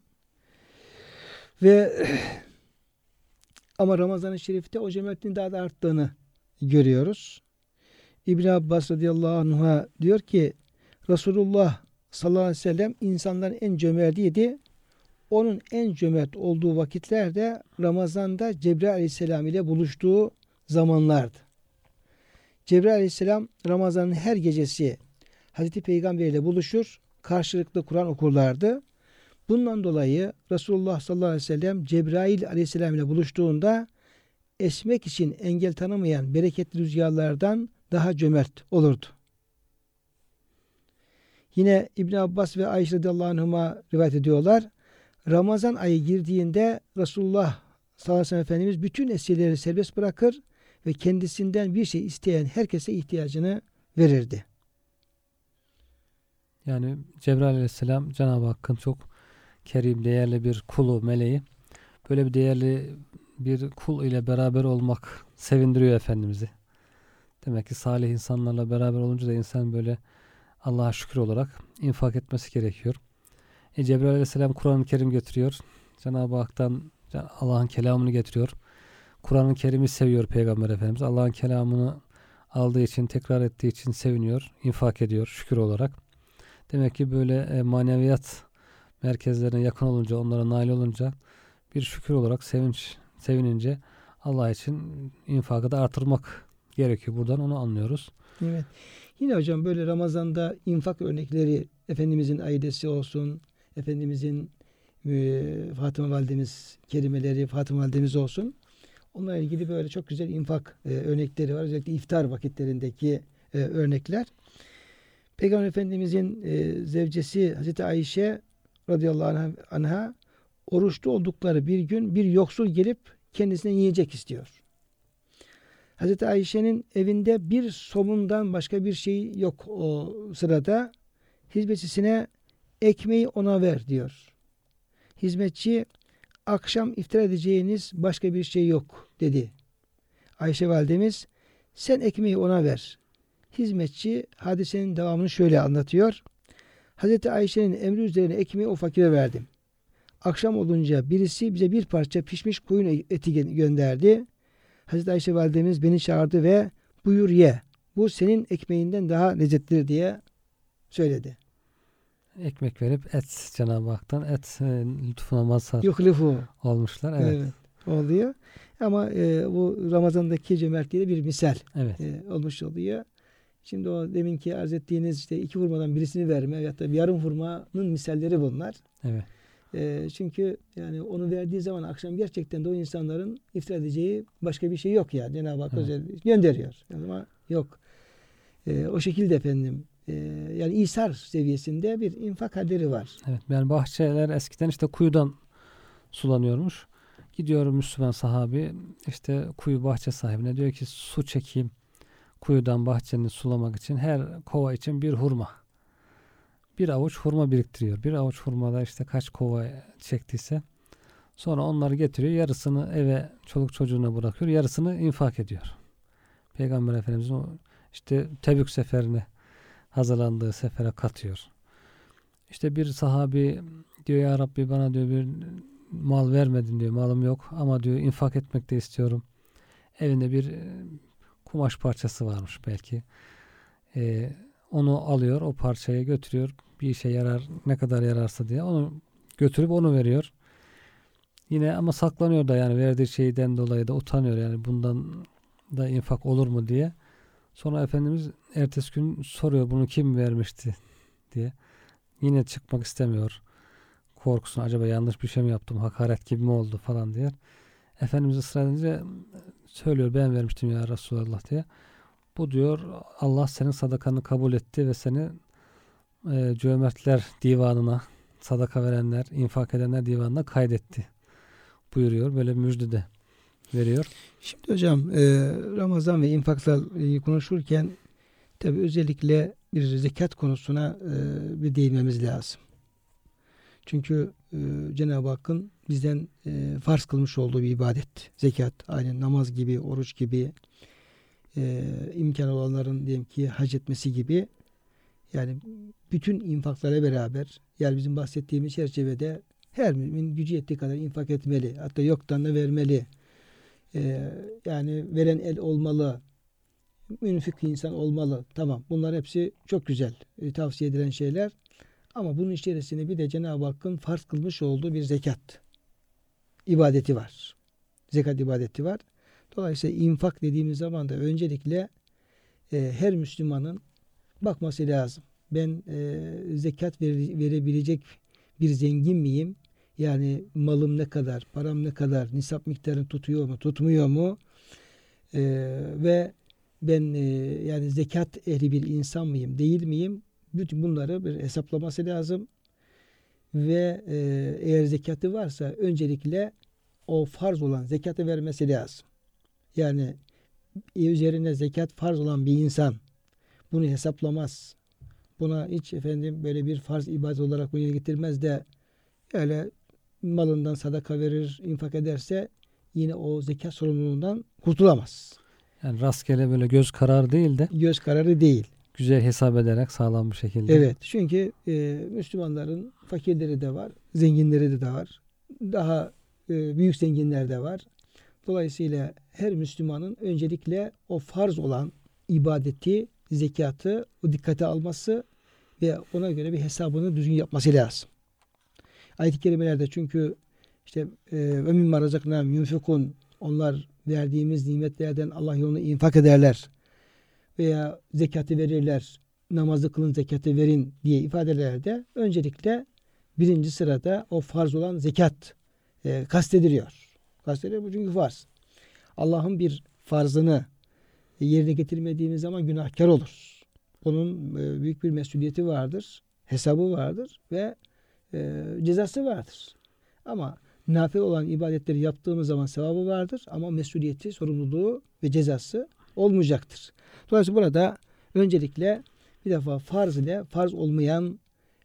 ve ama Ramazan-ı Şerif'te o cömertliğin daha da arttığını görüyoruz. İbn Abbas radıyallahu anh'a diyor ki Resulullah sallallahu aleyhi ve sellem insanların en cömertiydi. Onun en cömert olduğu vakitlerde Ramazan'da Cebrail aleyhisselam ile buluştuğu zamanlardı. Cebrail aleyhisselam Ramazan'ın her gecesi Hazreti Peygamber ile buluşur, karşılıklı Kur'an okurlardı. Bundan dolayı Resulullah sallallahu aleyhi ve sellem Cebrail aleyhisselam ile buluştuğunda esmek için engel tanımayan bereketli rüzgarlardan daha cömert olurdu. Yine İbn Abbas ve Ayşe radıyallahu anhuma rivayet ediyorlar. Ramazan ayı girdiğinde Resulullah sallallahu aleyhi ve sellem Efendimiz bütün esirleri serbest bırakır ve kendisinden bir şey isteyen herkese ihtiyacını verirdi. Yani Cebrail Aleyhisselam Cenab-ı Hakk'ın çok kerim, değerli bir kulu, meleği. Böyle bir değerli bir kul ile beraber olmak sevindiriyor Efendimiz'i. Demek ki salih insanlarla beraber olunca da insan böyle Allah'a şükür olarak infak etmesi gerekiyor. E Cebrail Aleyhisselam Kur'an-ı Kerim getiriyor. Cenab-ı Hak'tan Allah'ın kelamını getiriyor. Kur'an-ı Kerim'i seviyor Peygamber Efendimiz. Allah'ın kelamını aldığı için, tekrar ettiği için seviniyor, infak ediyor şükür olarak. Demek ki böyle e, maneviyat merkezlerine yakın olunca, onlara nail olunca bir şükür olarak sevinç, sevinince Allah için infakı da artırmak gerekiyor. Buradan onu anlıyoruz. Evet. Yine hocam böyle Ramazan'da infak örnekleri Efendimizin aidesi olsun, Efendimizin e, Fatıma Validemiz kelimeleri Fatıma Validemiz olsun. Onunla ilgili böyle çok güzel infak e, örnekleri var. Özellikle iftar vakitlerindeki e, örnekler. Peygamber Efendimizin e, zevcesi Hazreti Ayşe radıyallahu anha, anha oruçlu oldukları bir gün bir yoksul gelip kendisine yiyecek istiyor. Hazreti Ayşe'nin evinde bir somundan başka bir şey yok o sırada. Hizmetçisine ekmeği ona ver diyor. Hizmetçi akşam iftar edeceğiniz başka bir şey yok dedi. Ayşe validemiz sen ekmeği ona ver. Hizmetçi hadisenin devamını şöyle anlatıyor. Hazreti Ayşe'nin emri üzerine ekmeği o fakire verdim. Akşam olunca birisi bize bir parça pişmiş koyun eti gönderdi. Hazreti Ayşe validemiz beni çağırdı ve buyur ye. Bu senin ekmeğinden daha lezzetlidir diye söyledi. Ekmek verip et Cenab-ı Hak'tan et e, lütfuna mazhar Yuhlifu olmuşlar. Evet. evet, oluyor. Ama e, bu Ramazan'daki cömertliğe bir misal Evet. e, olmuş oluyor. Şimdi o deminki arz ettiğiniz işte iki hurmadan birisini verme ya da bir yarım hurmanın misalleri bunlar. Evet. E, çünkü yani onu verdiği zaman akşam gerçekten de o insanların iftar edeceği başka bir şey yok yani. Cenab-ı Hak Evet. özel gönderiyor. Ama yok. E, o şekilde efendim e, yani İsar seviyesinde bir infak haderi var. Evet. Yani bahçeler eskiden işte kuyudan sulanıyormuş. Gidiyor Müslüman sahabi işte kuyu bahçe sahibine diyor ki su çekeyim kuyudan bahçeni sulamak için her kova için bir hurma. Bir avuç hurma biriktiriyor. Bir avuç hurmada işte kaç kova çektiyse sonra onları getiriyor. Yarısını eve çoluk çocuğuna bırakıyor. Yarısını infak ediyor. Peygamber Efendimiz'in o işte Tebük seferine hazırlandığı sefere katıyor. İşte bir sahabi diyor ya Rabbi bana diyor bir mal vermedin diyor. Malım yok ama diyor infak etmek de istiyorum. Evinde bir kumaş parçası varmış belki. Ee, onu alıyor, o parçayı götürüyor. Bir işe yarar, ne kadar yararsa diye onu götürüp onu veriyor. Yine ama saklanıyor da yani verdiği şeyden dolayı da utanıyor yani bundan da infak olur mu diye. Sonra Efendimiz ertesi gün soruyor bunu kim vermişti diye. Yine çıkmak istemiyor. Korkusunu acaba yanlış bir şey mi yaptım, hakaret gibi mi oldu falan diye. Efendimiz ısrar edince söylüyor ben vermiştim ya Resulallah diye. Bu diyor Allah senin sadakanı kabul etti ve seni e, cömertler divanına, sadaka verenler, infak edenler divanına kaydetti buyuruyor. Böyle bir müjde de veriyor. Şimdi hocam e, Ramazan ve infakla e, konuşurken tabi özellikle bir zekat konusuna e, bir değinmemiz lazım. Çünkü e, Cenab-ı Hakk'ın bizden e, farz kılmış olduğu bir ibadet. Zekat, aynen namaz gibi, oruç gibi, e, imkan olanların diyelim ki hac etmesi gibi yani bütün infaklara beraber yani bizim bahsettiğimiz çerçevede her mümin gücü yettiği kadar infak etmeli. Hatta yoktan da vermeli. E, yani veren el olmalı. Münfik insan olmalı. Tamam. Bunlar hepsi çok güzel. E, tavsiye edilen şeyler. Ama bunun içerisinde bir de Cenab-ı Hakk'ın farz kılmış olduğu bir zekat ibadeti var. Zekat ibadeti var. Dolayısıyla infak dediğimiz zaman da öncelikle e, her Müslümanın bakması lazım. Ben e, zekat vere, verebilecek bir zengin miyim? Yani malım ne kadar, param ne kadar, nisap miktarını tutuyor mu, tutmuyor mu? E, ve ben e, yani zekat ehli bir insan mıyım, değil miyim? Bütün bunları bir hesaplaması lazım. Ve e, eğer zekatı varsa öncelikle o farz olan zekatı vermesi lazım. Yani üzerine zekat farz olan bir insan bunu hesaplamaz. Buna hiç efendim böyle bir farz ibadet olarak bunu yerine getirmez de öyle malından sadaka verir, infak ederse yine o zekat sorumluluğundan kurtulamaz. Yani rastgele böyle göz kararı değil de Göz kararı değil. güzel hesap ederek sağlam bir şekilde. Evet. Çünkü e, Müslümanların fakirleri de var, zenginleri de var. Daha e, büyük zenginler de var. Dolayısıyla her Müslümanın öncelikle o farz olan ibadeti, zekatı o dikkate alması ve ona göre bir hesabını düzgün yapması lazım. Ayet-i kerimelerde çünkü işte ve mimma razaknahum yunfikun, onlar verdiğimiz nimetlerden Allah yolunda infak ederler veya zekatı verirler, namazı kılın, zekatı verin diye ifadelerde öncelikle birinci sırada o farz olan zekat e, kastediliyor. Kastediliyor bu çünkü farz. Allah'ın bir farzını yerine getirmediğimiz zaman günahkar oluruz. Onun e, büyük bir mesuliyeti vardır, hesabı vardır ve e, cezası vardır. Ama nafile olan ibadetleri yaptığımız zaman sevabı vardır ama mesuliyeti, sorumluluğu ve cezası olmayacaktır. Dolayısıyla burada öncelikle bir defa farz ile farz olmayan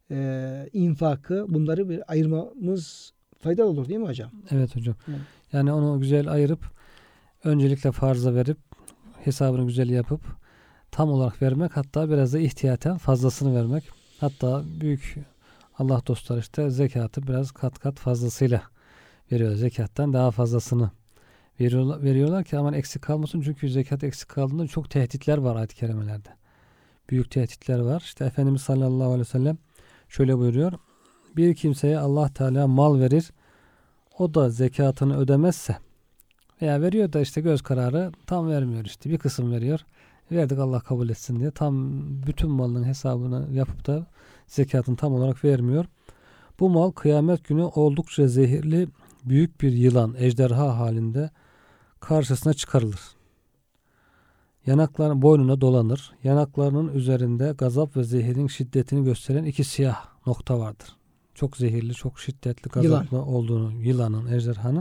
e, infakı, bunları bir ayırmamız faydalı olur değil mi hocam? Evet hocam. Evet. Yani onu güzel ayırıp öncelikle farza verip hesabını güzel yapıp tam olarak vermek, hatta biraz da ihtiyaten fazlasını vermek. Hatta büyük Allah dostları işte zekatı biraz kat kat fazlasıyla veriyor. Zekattan daha fazlasını veriyorlar, veriyorlar ki aman eksik kalmasın. Çünkü zekat eksik kaldığında çok tehditler var ayet-i kerimelerde. Büyük tehditler var. İşte Efendimiz sallallahu aleyhi ve sellem şöyle buyuruyor. Bir kimseye Allah Teala mal verir. O da zekatını ödemezse veya veriyor da işte göz kararı tam vermiyor, işte bir kısım veriyor. Verdik Allah kabul etsin diye tam bütün malının hesabını yapıp da zekatını tam olarak vermiyor. Bu mal kıyamet günü oldukça zehirli büyük bir yılan, ejderha halinde karşısına çıkarılır. Yanaklarının boynuna dolanır. Yanaklarının üzerinde gazap ve zehirin şiddetini gösteren iki siyah nokta vardır. Çok zehirli, çok şiddetli, gazaplı yılan olduğunu, yılanın, ejderhanın.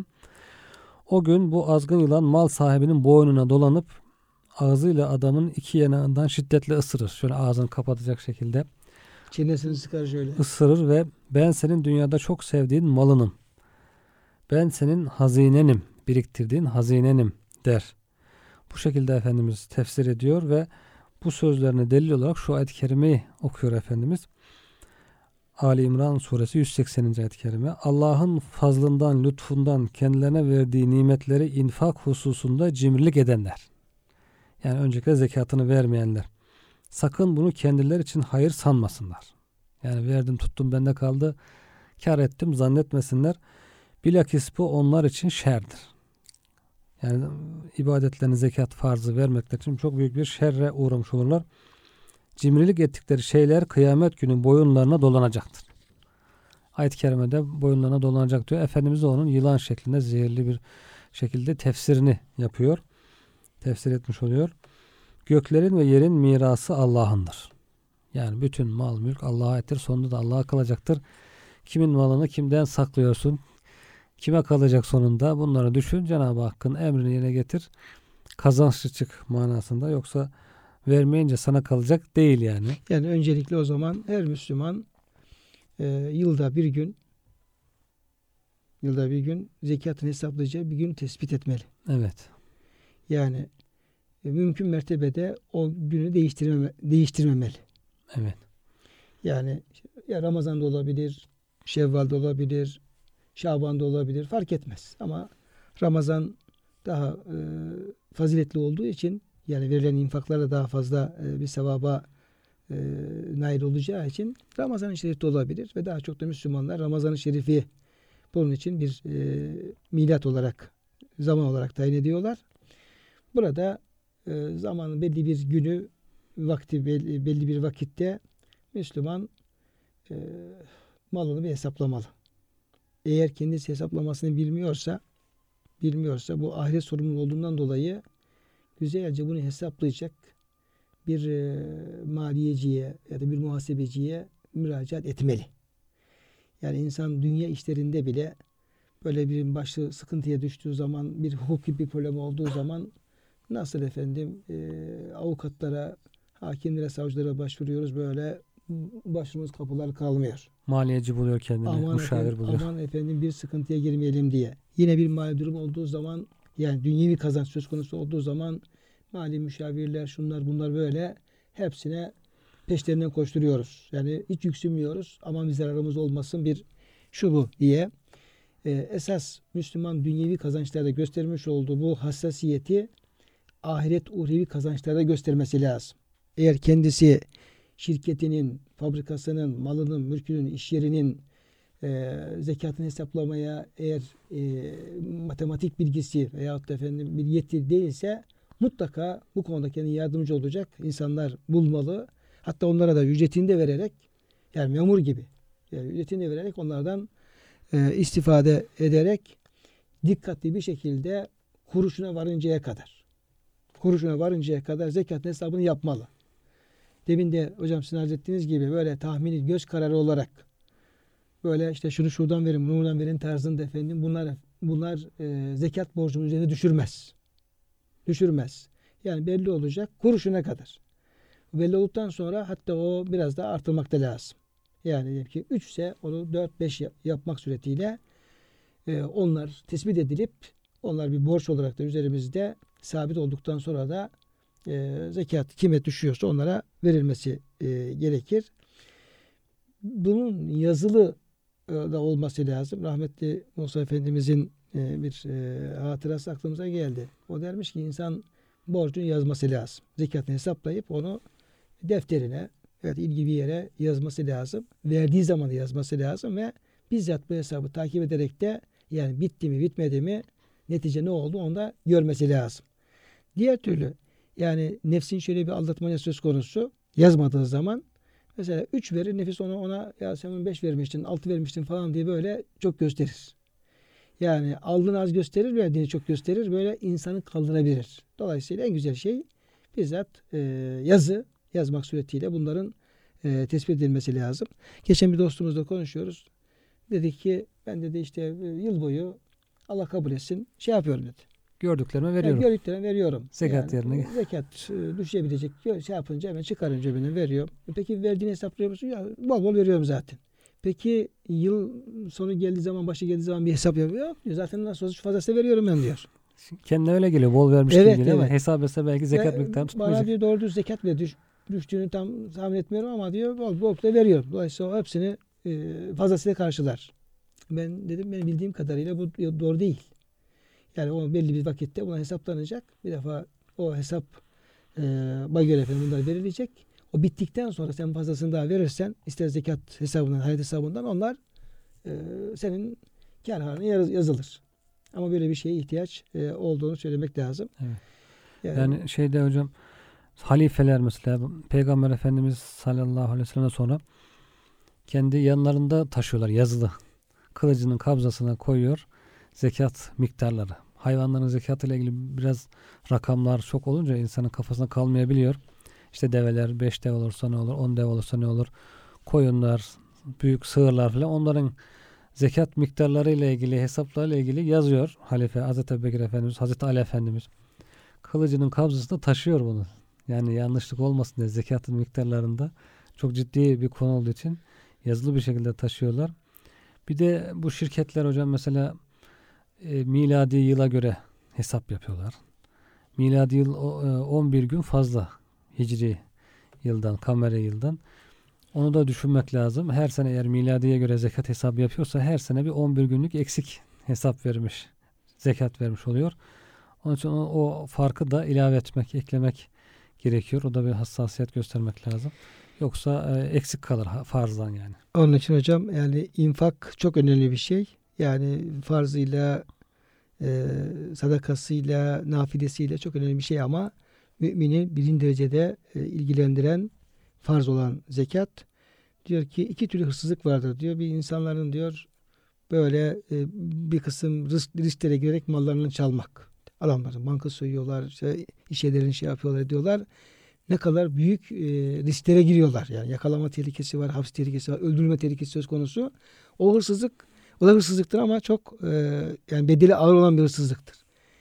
O gün bu azgın yılan mal sahibinin boynuna dolanıp ağzıyla adamın iki yanağından şiddetle ısırır. Şöyle ağzını kapatacak şekilde çenesini sıkar şöyle. Isırır ve ben senin dünyada çok sevdiğin malınım. Ben senin hazinenim, biriktirdiğin hazinenim der. Bu şekilde Efendimiz tefsir ediyor ve bu sözlerine delil olarak şu ayet-i kerimeyi okuyor Efendimiz. Ali İmran suresi yüz sekseninci ayet-i kerime. Allah'ın fazlından, lütfundan kendilerine verdiği nimetleri infak hususunda cimrilik edenler. Yani öncelikle zekatını vermeyenler. Sakın bunu kendileri için hayır sanmasınlar. Yani verdim tuttum bende kaldı, kar ettim zannetmesinler. Bilakis bu onlar için şerdir. Yani ibadetlerini, zekat farzı vermekler için çok büyük bir şerre uğramış olurlar. Cimrilik ettikleri şeyler kıyamet günü boyunlarına dolanacaktır. Ayet-i kerimede boyunlarına dolanacak diyor. Efendimiz de onun yılan şeklinde zehirli bir şekilde tefsirini yapıyor. Tefsir etmiş oluyor. Göklerin ve yerin mirası Allah'ındır. Yani bütün mal mülk Allah'a aittir. Sonunda da Allah'a kalacaktır. Kimin malını kimden saklıyorsun? Kime kalacak sonunda? Bunları düşün. Cenab-ı Hakk'ın emrini yerine getir. Kazançlı çık manasında. Yoksa vermeyince sana kalacak değil yani. Yani öncelikle o zaman her Müslüman e, yılda bir gün yılda bir gün zekatını hesaplayacağı bir gün tespit etmeli. Evet. Yani e, mümkün mertebede o günü değiştirmeme, değiştirmemeli. Evet. Yani ya Ramazan'da olabilir, Şevval'de olabilir, Şaban'da olabilir, fark etmez. Ama Ramazan daha e, faziletli olduğu için, yani verilen infaklarla daha fazla e, bir sevaba e, nail olacağı için Ramazan-ı Şerif'te olabilir ve daha çok da Müslümanlar Ramazan-ı Şerif'i bunun için bir e, milat olarak, zaman olarak tayin ediyorlar. Burada e, zamanın belli bir günü, vakti belli, belli bir vakitte Müslüman e, malını bir hesaplamalı. Eğer kendisi hesaplamasını bilmiyorsa, bilmiyorsa bu ahiret sorumluluğu olduğundan dolayı güzelce bunu hesaplayacak bir e, maliyeciye ya da bir muhasebeciye müracaat etmeli. Yani insan dünya işlerinde bile böyle bir başı sıkıntıya düştüğü zaman, bir hukuki bir problem olduğu zaman Nasıl efendim e, avukatlara, hakimlere, savcılara başvuruyoruz, böyle başımız kapılar kalmıyor. Maliyeci buluyor kendini, Aman müşavir efendim, buluyor. aman efendim bir sıkıntıya girmeyelim diye. Yine bir mali durum olduğu zaman, yani dünyevi kazanç söz konusu olduğu zaman mali müşavirler, şunlar bunlar, böyle hepsine peşlerinden koşturuyoruz. Yani hiç yüksünmüyoruz. Aman bir zararımız olmasın, bir şu bu diye. Ee, esas Müslüman dünyevi kazançlarda göstermiş olduğu bu hassasiyeti ahiret uhrevi kazançlarda göstermesi lazım. Eğer kendisi şirketinin, fabrikasının, malının, mülkünün, iş yerinin e, zekatını hesaplamaya eğer e, matematik bilgisi veyahut da efendim bir yetki değilse, mutlaka bu konuda kendine yardımcı olacak insanlar bulmalı. Hatta onlara da ücretini de vererek, yani memur gibi, yani ücretini de vererek onlardan e, istifade ederek dikkatli bir şekilde kuruşuna varıncaya kadar kuruşuna varıncaya kadar zekatın hesabını yapmalı. Demin de hocam sizin arz ettiğiniz gibi böyle tahmini göz kararı olarak böyle işte şunu şuradan verin, bunu buradan verin tarzında efendim bunlar bunlar e, zekat borcunun üzerine düşürmez. Düşürmez. Yani belli olacak kuruşuna kadar. Belli olduktan sonra hatta o biraz daha artırmak da lazım. Yani diyelim ki üç ise onu dört beş yapmak suretiyle e, onlar tespit edilip onlar bir borç olarak da üzerimizde sabit olduktan sonra da e, zekat kime düşüyorsa onlara verilmesi e, gerekir. Bunun yazılı e, da olması lazım. Rahmetli Musa Efendimizin e, bir e, hatırası aklımıza geldi. O dermiş ki insan borcunu yazması lazım. Zekatını hesaplayıp onu defterine, evet, ilgili bir yere yazması lazım. Verdiği zaman yazması lazım ve bizzat bu hesabı takip ederek de, yani bitti mi bitmedi mi, netice ne oldu onu da görmesi lazım. Diğer türlü yani nefsin şöyle bir aldatmaya söz konusu, yazmadığı zaman mesela üç verir, nefis ona ona ya sen beş vermiştin, altı vermiştin falan diye böyle çok gösterir. Yani aldığını az gösterir, verdiğini çok gösterir. Böyle insanı kaldırabilir. Dolayısıyla en güzel şey bizzat e, yazı yazmak suretiyle bunların e, tespit edilmesi lazım. Geçen bir dostumuzla konuşuyoruz. Dedi ki ben dedi işte yıl boyu Allah kabul etsin şey yapıyorum dedi. Gördüklerime veriyorum. Yani gördüklerime veriyorum. Zekat yani, yerine. Zekat e, düşebilecek şey yapınca hemen çıkarın cebine veriyorum. Peki verdiğini hesaplıyor musun? Ya bol bol veriyorum zaten. Peki yıl sonu geldiği zaman, başı geldiği zaman bir hesap yapıyor. Yok diyor. Zaten nasıl olsa fazlasını veriyorum ben diyor. Kendine öyle geliyor. Bol vermiş Evet, gibi geliyor evet. ama hesap etse belki zekat Ve miktarını tutmayacak. bana diyor doğru düz zekat bile düş, düştüğünü tam tahmin etmiyorum ama diyor bol bol da veriyor. Dolayısıyla o hepsini e, fazlasıyla karşılar. Ben dedim benim bildiğim kadarıyla bu doğru değil. Yani o belli bir vakitte buna hesaplanacak. Bir defa o hesap e, bana göre efendim bunlar verilecek. O bittikten sonra sen fazlasını daha verirsen, ister zekat hesabından, hayat hesabından, onlar e, senin kârhanene yaz, yazılır. Ama böyle bir şeye ihtiyaç e, olduğunu söylemek lazım. Evet. Yani, Yani şeyde hocam halifeler mesela Peygamber Efendimiz sallallahu aleyhi ve sellem'den sonra kendi yanlarında taşıyorlar yazılı. Kılıcının kabzasına koyuyor zekat miktarları. Hayvanların zekatı ile ilgili biraz rakamlar çok olunca insanın kafasına kalmayabiliyor. İşte develer beş dev olursa ne olur, on dev olursa ne olur. Koyunlar, büyük sığırlar falan, onların zekat miktarları ile ilgili, hesaplarla ilgili yazıyor halife Hazreti Ebubekir Efendimiz, Hazreti Ali Efendimiz. Kılıcının kabzasında taşıyor bunu. Yani yanlışlık olmasın diye zekatın miktarlarında çok ciddi bir konu olduğu için yazılı bir şekilde taşıyorlar. Bir de bu şirketler hocam mesela e, miladi yıla göre hesap yapıyorlar. Miladi yıl e, on bir gün fazla hicri yıldan, kameri yıldan. Onu da düşünmek lazım. Her sene eğer miladiye göre zekat hesabı yapıyorsa her sene bir on bir günlük eksik hesap vermiş, zekat vermiş oluyor. Onun için o, o farkı da ilave etmek, eklemek gerekiyor. O da bir hassasiyet göstermek lazım. Yoksa e, eksik kalır farzdan yani. onun için hocam yani infak çok önemli bir şey. Yani farzıyla, e, sadakasıyla, nafilesiyle çok önemli bir şey ama mümini birinci derecede e, ilgilendiren farz olan zekat. Diyor ki iki türlü hırsızlık vardır diyor. Bir insanların diyor böyle e, bir kısım risk, risklere girerek mallarını çalmak. Adamların banka soyuyorlar, işte iş yerlerini şey yapıyorlar, ediyorlar. Ne kadar büyük e, risklere giriyorlar. Yani yakalama tehlikesi var, hapis tehlikesi var, öldürülme tehlikesi söz konusu. O hırsızlık, o da hırsızlıktır ama çok e, yani bedeli ağır olan bir hırsızlıktır.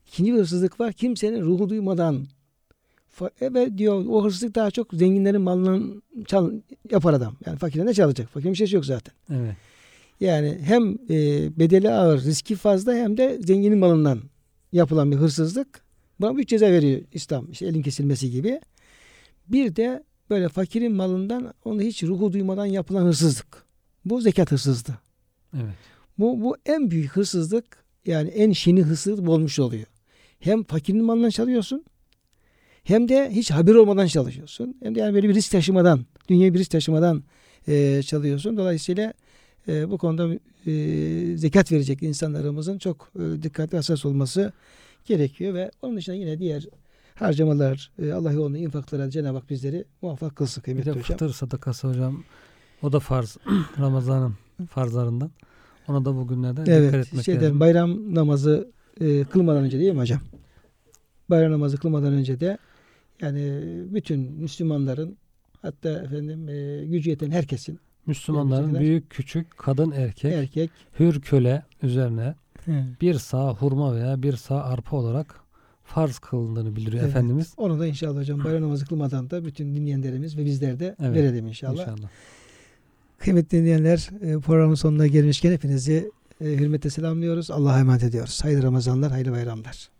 İkinci bir hırsızlık var. Kimsenin ruhu duymadan. Evet diyor, o hırsızlık daha çok zenginlerin malından çal, yapar adam. Yani fakirden ne çalacak? Fakirin bir şeysi yok zaten. Evet. Yani hem e, bedeli ağır, riski fazla, hem de zenginin malından yapılan bir hırsızlık. Buna büyük ceza veriyor İslam. İşte elin kesilmesi gibi. Bir de böyle fakirin malından onu hiç ruhu duymadan yapılan hırsızlık. Bu zekat hırsızlığı. Evet. Bu, bu en büyük hırsızlık, yani en şini hırsızlık olmuş oluyor. Hem fakirin malından çalıyorsun, hem de hiç haber olmadan çalışıyorsun. Hem de yani böyle bir risk taşımadan, dünyaya bir risk taşımadan e, çalıyorsun. Dolayısıyla e, bu konuda e, zekat verecek insanlarımızın çok e, dikkatli, hassas olması gerekiyor ve onun dışında yine diğer harcamalar, e, Allah yolunda infaklara Cenab-ı Hak bizleri muvaffak kılsın Bir kıymetli de hocam. fıtır sadakası hocam. O da farz. Ramazan'ın farzlarından. Ona da bugünlerde dikkat Evet, etmek şeyden, lazım. bayram namazı e, kılmadan önce değil mi hocam? Bayram namazı kılmadan önce de yani bütün Müslümanların, hatta efendim e, gücü yeten herkesin, Müslümanların büyük küçük, kadın erkek, erkek hür köle üzerine he, bir sağ hurma veya bir sağ arpa olarak farz kılındığını bildiriyor evet, Efendimiz. onu da inşallah hocam bayram namazı kılmadan da bütün dinleyenlerimiz ve bizler de Evet, verelim inşallah. İnşallah. Kıymetli dinleyenler, e, programın sonuna gelmişken hepinizi e, hürmetle selamlıyoruz. Allah'a emanet ediyoruz. Hayırlı Ramazanlar, hayırlı bayramlar.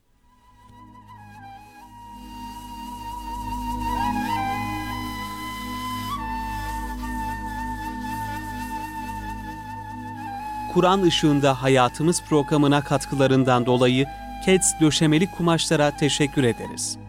Kur'an Işığında Hayatımız programına katkılarından dolayı Keds Döşemeli Kumaşlara teşekkür ederiz.